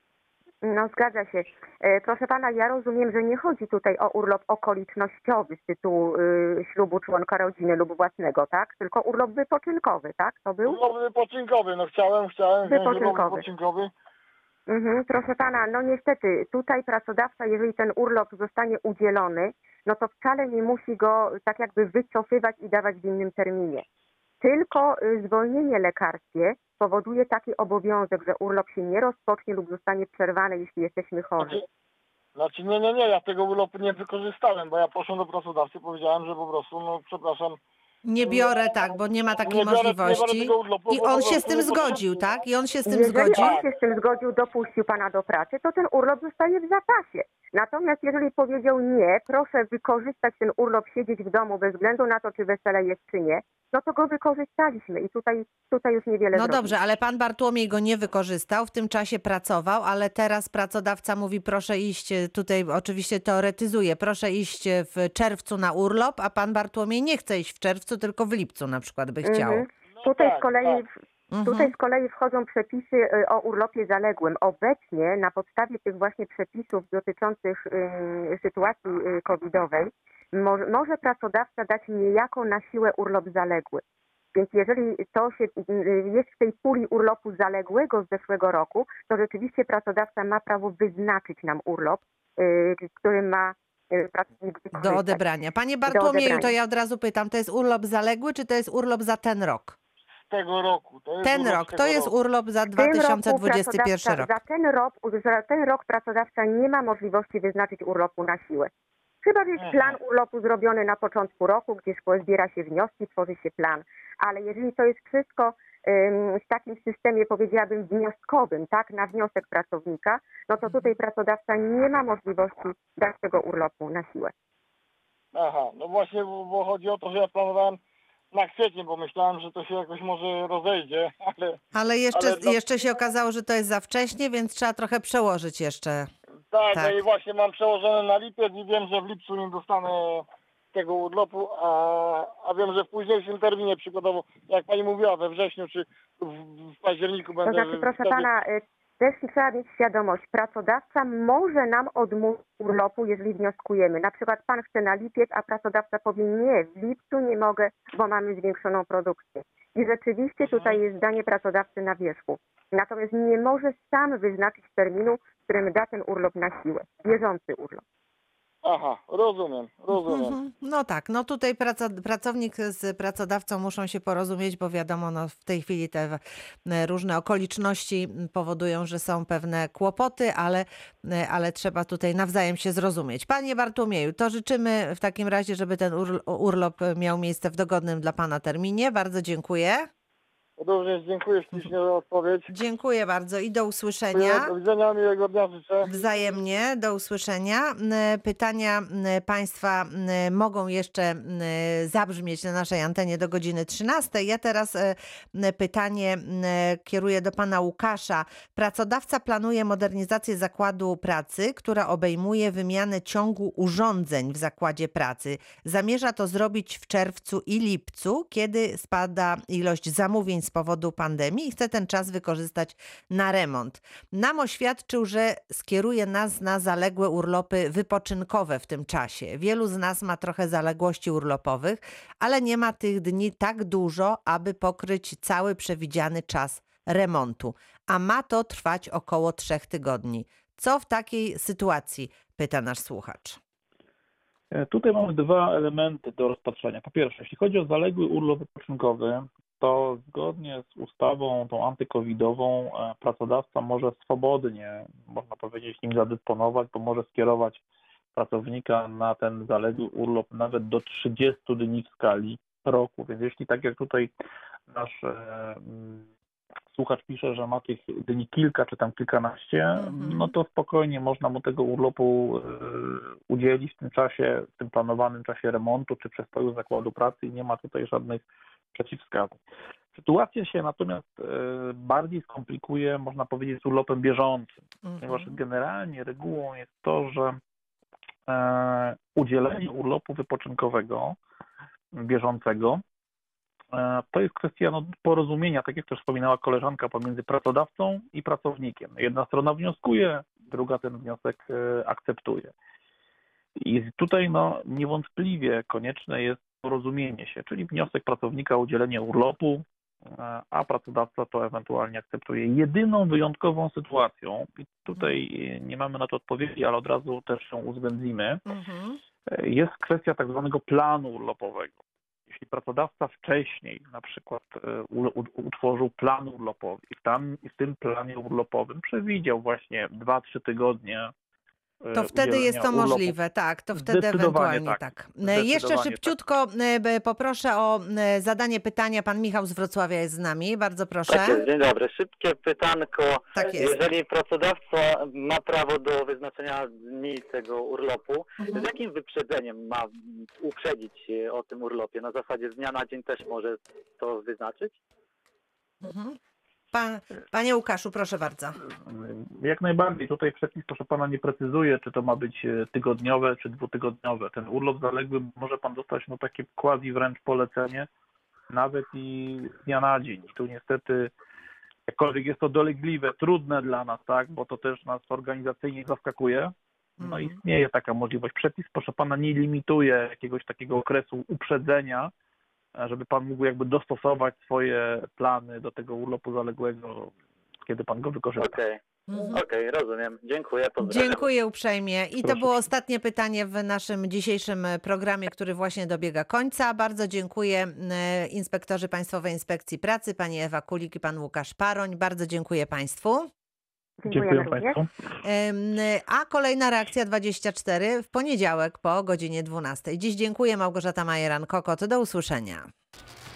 [SPEAKER 5] No zgadza się. E, Proszę pana, ja rozumiem, że nie chodzi tutaj o urlop okolicznościowy z tytułu y, ślubu członka rodziny lub własnego, tak? Tylko urlop wypoczynkowy, tak? To był?
[SPEAKER 9] Urlop wypoczynkowy, no chciałem, chciałem wziąć urlop
[SPEAKER 5] Wypoczynkowy.
[SPEAKER 9] wypoczynkowy.
[SPEAKER 5] Mhm, proszę pana, no niestety tutaj pracodawca, jeżeli ten urlop zostanie udzielony, no to wcale nie musi go tak jakby wycofywać i dawać w innym terminie. Tylko y, zwolnienie lekarskie powoduje taki obowiązek, że urlop się nie rozpocznie lub zostanie przerwany, jeśli jesteśmy chorzy.
[SPEAKER 9] Znaczy, znaczy nie, nie, nie, ja tego urlopu nie wykorzystałem, bo ja poszedłem do pracodawcy, powiedziałem, że po prostu, no przepraszam,
[SPEAKER 1] Nie biorę tak, bo nie ma takiej
[SPEAKER 9] Nie biorę- nie biorę
[SPEAKER 1] możliwości.
[SPEAKER 9] tego urlopu,
[SPEAKER 1] I
[SPEAKER 9] bo po
[SPEAKER 1] on się
[SPEAKER 9] prostu
[SPEAKER 1] z tym
[SPEAKER 9] nie
[SPEAKER 1] zgodził,
[SPEAKER 9] potrzebuję.
[SPEAKER 1] tak? I on się z tym
[SPEAKER 5] Jeżeli
[SPEAKER 1] zgodził?
[SPEAKER 5] on się z tym zgodził, dopuścił pana do pracy, to ten urlop zostaje w zapasie. Natomiast jeżeli powiedział nie, proszę wykorzystać ten urlop, siedzieć w domu bez względu na to, czy wesele jest, czy nie, no to go wykorzystaliśmy i tutaj, tutaj już niewiele
[SPEAKER 1] No
[SPEAKER 5] zrobimy.
[SPEAKER 1] dobrze, ale pan Bartłomiej go nie wykorzystał, w tym czasie pracował, ale teraz pracodawca mówi, proszę iść, tutaj oczywiście teoretyzuję, proszę iść w czerwcu na urlop, a pan Bartłomiej nie chce iść w czerwcu, tylko w lipcu na przykład by chciał.
[SPEAKER 5] Mhm.
[SPEAKER 9] No
[SPEAKER 5] Tutaj
[SPEAKER 9] tak,
[SPEAKER 5] z kolei
[SPEAKER 9] tak.
[SPEAKER 1] Mhm.
[SPEAKER 5] Tutaj z kolei wchodzą przepisy y, o urlopie zaległym. Obecnie na podstawie tych właśnie przepisów dotyczących y, sytuacji y, covidowej mo może pracodawca dać niejako na siłę urlop zaległy. Więc jeżeli to się y, jest w tej puli urlopu zaległego z zeszłego roku, to rzeczywiście pracodawca ma prawo wyznaczyć nam urlop, y, który ma y, pracownik
[SPEAKER 1] Do
[SPEAKER 5] wykorzystać.
[SPEAKER 1] odebrania. Panie Bartłomieju, to
[SPEAKER 5] odebrania.
[SPEAKER 1] ja od razu pytam, to jest urlop zaległy, czy to jest urlop za ten rok?
[SPEAKER 9] Z tego roku. To jest
[SPEAKER 1] Ten
[SPEAKER 9] urlop
[SPEAKER 1] rok,
[SPEAKER 9] z
[SPEAKER 1] to
[SPEAKER 9] tego
[SPEAKER 1] jest
[SPEAKER 9] roku.
[SPEAKER 1] urlop za
[SPEAKER 5] W tym
[SPEAKER 1] dwa
[SPEAKER 5] roku
[SPEAKER 1] tysiące dwudziesty pierwszy
[SPEAKER 5] pracodawca-
[SPEAKER 1] rok.
[SPEAKER 5] Za ten rok, za ten rok pracodawca nie ma możliwości wyznaczyć urlopu na siłę. Chyba, że jest
[SPEAKER 9] Mhm.
[SPEAKER 5] plan urlopu zrobiony na początku roku, gdzie zbiera się wnioski, tworzy się plan. Ale jeżeli to jest wszystko ym, w takim systemie, powiedziałabym, wnioskowym, tak, na wniosek pracownika, no to tutaj pracodawca nie ma możliwości dać tego urlopu na siłę.
[SPEAKER 9] Aha, no właśnie, bo, bo chodzi o to, że ja planowałem na kwiecień, bo myślałem, że to się jakoś może rozejdzie, ale
[SPEAKER 1] Ale jeszcze,
[SPEAKER 9] Ale no-
[SPEAKER 1] jeszcze się okazało, że to jest za wcześnie, więc trzeba trochę przełożyć jeszcze.
[SPEAKER 9] tak,
[SPEAKER 1] Tak.
[SPEAKER 9] no i właśnie mam przełożone na lipiec i wiem, że w lipcu nie dostanę tego urlopu, a, a wiem, że w późniejszym terminie przykładowo, jak pani mówiła, we wrześniu czy w, w październiku
[SPEAKER 5] To
[SPEAKER 9] będę...
[SPEAKER 5] znaczy, proszę
[SPEAKER 9] wtedy-
[SPEAKER 5] pana, y, też trzeba mieć świadomość, pracodawca może nam odmówić urlopu, jeżeli wnioskujemy. Na przykład pan chce na lipiec, a pracodawca powie nie, w lipcu nie mogę, bo mamy zwiększoną produkcję. I rzeczywiście tutaj jest zdanie pracodawcy na wierzchu. Natomiast nie może sam wyznaczyć terminu, w którym da ten urlop na siłę, bieżący urlop.
[SPEAKER 9] Aha, rozumiem, rozumiem.
[SPEAKER 1] Mhm. No tak, no tutaj praca, pracownik z pracodawcą muszą się porozumieć, bo wiadomo, no w tej chwili te e, różne okoliczności powodują, że są pewne kłopoty, ale, e, ale trzeba tutaj nawzajem się zrozumieć. Panie Bartłomieju, to życzymy w takim razie, żeby ten ur- urlop miał miejsce w dogodnym dla Pana terminie. Bardzo dziękuję.
[SPEAKER 9] Również dziękuję ślicznie za odpowiedź.
[SPEAKER 1] Dziękuję bardzo i do usłyszenia.
[SPEAKER 9] Do widzenia, miłego dnia życzę.
[SPEAKER 1] Wzajemnie, do usłyszenia. M, Pytania m, Państwa m, mogą jeszcze m, zabrzmieć na naszej antenie do godziny trzynastej. Ja teraz e, m, pytanie m, kieruję do Pana Łukasza. Pracodawca planuje modernizację zakładu pracy, która obejmuje wymianę ciągu urządzeń w zakładzie pracy. Zamierza to zrobić w czerwcu i lipcu, kiedy spada ilość zamówień z powodu pandemii i chce ten czas wykorzystać na remont. Nam oświadczył, że skieruje nas na zaległe urlopy wypoczynkowe w tym czasie. Wielu z nas ma trochę zaległości urlopowych, ale nie ma tych dni tak dużo, aby pokryć cały przewidziany czas remontu. A ma to trwać około trzech tygodni. Co w takiej sytuacji? Pyta nasz słuchacz.
[SPEAKER 3] Tutaj mamy dwa elementy do rozpatrzenia. Po pierwsze, jeśli chodzi o zaległy urlop wypoczynkowy, to zgodnie z ustawą tą antykowidową pracodawca może swobodnie, można powiedzieć, nim zadysponować, bo może skierować pracownika na ten zaległy urlop nawet do trzydziestu dni w skali roku. Więc jeśli tak jak tutaj nasz e, słuchacz pisze, że ma tych dni kilka czy tam kilkanaście, mhm. no to spokojnie można mu tego urlopu e, udzielić w tym czasie, w tym planowanym czasie remontu czy przestoju zakładu pracy i nie ma tutaj żadnych przeciwwskazań. Sytuacja się natomiast e, bardziej skomplikuje, można powiedzieć, z urlopem bieżącym, mhm. ponieważ generalnie regułą jest to, że e, udzielenie urlopu wypoczynkowego bieżącego e, to jest kwestia no, porozumienia, tak jak też wspominała koleżanka, pomiędzy pracodawcą i pracownikiem. Jedna strona wnioskuje, druga ten wniosek e, akceptuje. I tutaj no, niewątpliwie konieczne jest porozumienie się, czyli wniosek pracownika o udzielenie urlopu, a pracodawca to ewentualnie akceptuje. Jedyną wyjątkową sytuacją, i tutaj nie mamy na to odpowiedzi, ale od razu też ją uwzględnimy, mhm. jest kwestia tak zwanego planu urlopowego. Jeśli pracodawca wcześniej na przykład utworzył plan urlopowy i w, tam, i w tym planie urlopowym przewidział właśnie dwa trzy tygodnie,
[SPEAKER 1] to wtedy jest to urlopu. Możliwe, tak, to wtedy ewentualnie tak. tak. Jeszcze szybciutko tak. Poproszę o zadanie pytania. Pan Michał z Wrocławia jest z nami, bardzo proszę.
[SPEAKER 10] Tak jest, dzień dobry. Szybkie pytanko.
[SPEAKER 1] Tak jest.
[SPEAKER 10] Jeżeli pracodawca ma prawo do wyznaczenia dni tego urlopu, mhm. z jakim wyprzedzeniem ma uprzedzić o tym urlopie? Na zasadzie z dnia na dzień też może to wyznaczyć?
[SPEAKER 1] Mhm. Pan, panie Łukaszu, proszę bardzo.
[SPEAKER 3] Jak najbardziej. Tutaj przepis, proszę pana, nie precyzuje, czy to ma być tygodniowe, czy dwutygodniowe. Ten urlop zaległy może pan dostać no takie quasi wręcz polecenie, nawet i z dnia na dzień. I tu niestety, jakkolwiek jest to dolegliwe, trudne dla nas, tak, bo to też nas organizacyjnie zaskakuje, no mm. istnieje taka możliwość. Przepis, proszę pana, nie limituje jakiegoś takiego okresu uprzedzenia, żeby pan mógł jakby dostosować swoje plany do tego urlopu zaległego, kiedy pan go wykorzysta.
[SPEAKER 10] Okej, okay. mhm. okay, rozumiem. Dziękuję, pozdrawiam.
[SPEAKER 1] Dziękuję uprzejmie. I
[SPEAKER 3] Proszę.
[SPEAKER 1] To było ostatnie pytanie w naszym dzisiejszym programie, który właśnie dobiega końca. Bardzo dziękuję inspektorzy Państwowej Inspekcji Pracy, pani Ewa Kulik i pan Łukasz Paroń. Bardzo dziękuję państwu.
[SPEAKER 3] Dziękuję Państwu.
[SPEAKER 1] A kolejna Reakcja dwadzieścia cztery w poniedziałek po godzinie dwunastej. Dziś dziękuję, Małgorzata Majeran-Kokot. Do usłyszenia.